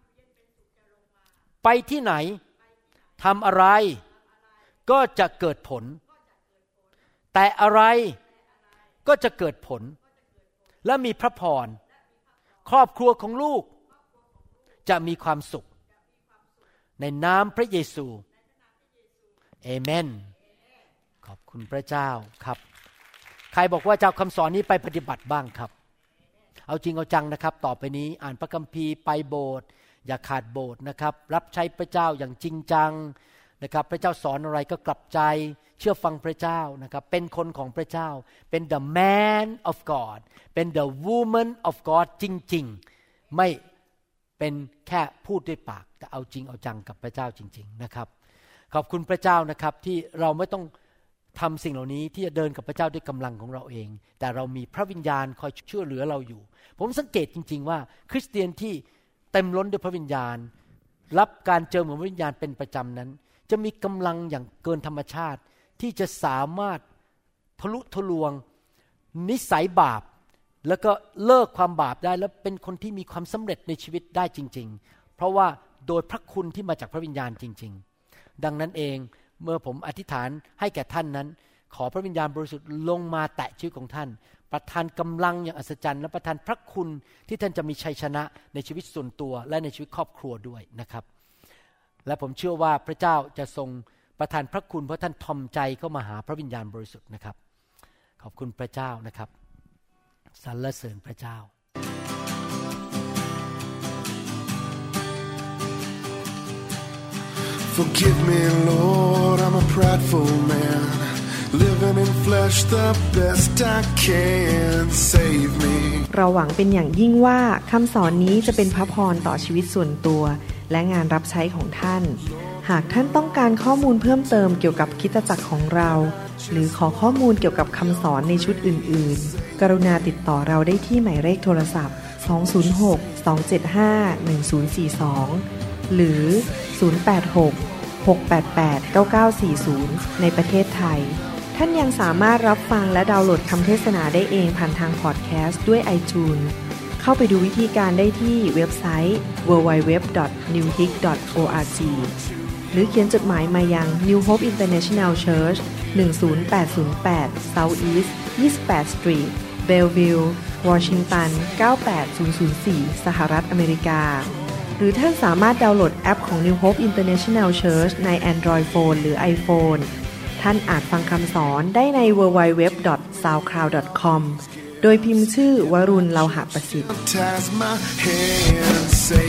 ไปที่ไหนทำอะไรก็จะเกิดผลแต่อะไรก็จะเกิดผลและมีพระพรครอบครัวของลูกจะมีความสุขในนามพระเยซูเอเมนขอบคุณพระเจ้าครับใครบอกว่าจะเอาคำสอนนี้ไปปฏิบัติบ้างครับเอาจริงเอาจังนะครับต่อไปนี้อ่านพระคัมภีร์ไปโบสถ์อย่าขาดโบสถ์นะครับรับใช้พระเจ้าอย่างจริงจังนะครับพระเจ้าสอนอะไรก็กลับใจเชื่อฟังพระเจ้านะครับเป็นคนของพระเจ้าเป็น the man of God เป็น the woman of God จริงๆไม่เป็นแค่พูดด้วยปากแต่เอาจริงเอาจังกับพระเจ้าจริงๆนะครับขอบคุณพระเจ้านะครับที่เราไม่ต้องทำสิ่งเหล่านี้ที่จะเดินกับพระเจ้าด้วยกำลังของเราเองแต่เรามีพระวิญญาณคอยช่วยเหลือเราอยู่ผมสังเกตจริงๆว่าคริสเตียนที่เต็มล้นด้วยพระวิญญาณรับการเจิมของพระวิญญาณเป็นประจำนั้นจะมีกำลังอย่างเกินธรรมชาติที่จะสามารถทะลุทะลวงนิสัยบาปแล้วก็เลิกความบาปได้แล้วเป็นคนที่มีความสำเร็จในชีวิตได้จริงๆเพราะว่าโดยพระคุณที่มาจากพระวิญญาณจริงๆดังนั้นเองเมื่อผมอธิษฐานให้แก่ท่านนั้นขอพระวิญญาณบริสุทธิ์ลงมาแตะชีวิตของท่านประทานกำลังอย่างอัศจรรย์และประทานพระคุณที่ท่านจะมีชัยชนะในชีวิตส่วนตัวและในชีวิตครอบครัวด้วยนะครับและผมเชื่อว่าพระเจ้าจะทรงประทานพระคุณเพราะท่านทอมใจเข้ามาหาพระวิญญาณบริสุทธิ์นะครับขอบคุณพระเจ้านะครับสรรเสริญพระเจ้า Forgive me, Lord, I'm a prideful man, living in flesh the best I can. Save me. เราหวังเป็นอย่างยิ่งว่าคำสอนนี้จะเป็นพระพรต่อชีวิตส่วนตัวและงานรับใช้ของท่านหากท่านต้องการข้อมูลเพิ่มเติมเกี่ยวกับคริสตจักรของเราหรือขอข้อมูลเกี่ยวกับคำสอนในชุดอื่นๆกรุณาติดต่อเราได้ที่หมายเลขโทรศัพท์สอง ศูนย์ หก สอง เจ็ด ห้า หนึ่ง ศูนย์ สี่ สองหรือศูนย์ แปด หก หก แปด แปด เก้า เก้า สี่ ศูนย์ในประเทศไทยท่านยังสามารถรับฟังและดาวน์โหลดคำเทศนาได้เองผ่านทางพอดแคสต์ด้วย iTunes เข้าไปดูวิธีการได้ที่เว็บไซต์ ดับเบิลยู ดับเบิลยู ดับเบิลยู ดอท นิว ฮิก ดอท โอ อาร์ จี หรือเขียนจดหมายมายัง New Hope International Church หนึ่ง ศูนย์ แปด ศูนย์ แปด South East ยี่สิบแปด Street Bellevue Washington เก้า แปด ศูนย์ ศูนย์ สี่ สหรัฐอเมริกาหรือท่านสามารถดาวน์โหลดแอปของ New Hope International Church ใน Android Phone หรือ iPhone ท่านอาจฟังคำสอนได้ใน ดับเบิลยู ดับเบิลยู ดับเบิลยู ดอท ซาวด์คลาวด์ ดอท คอม โดยพิมพ์ชื่อวรุณ เลาหะประสิทธิ์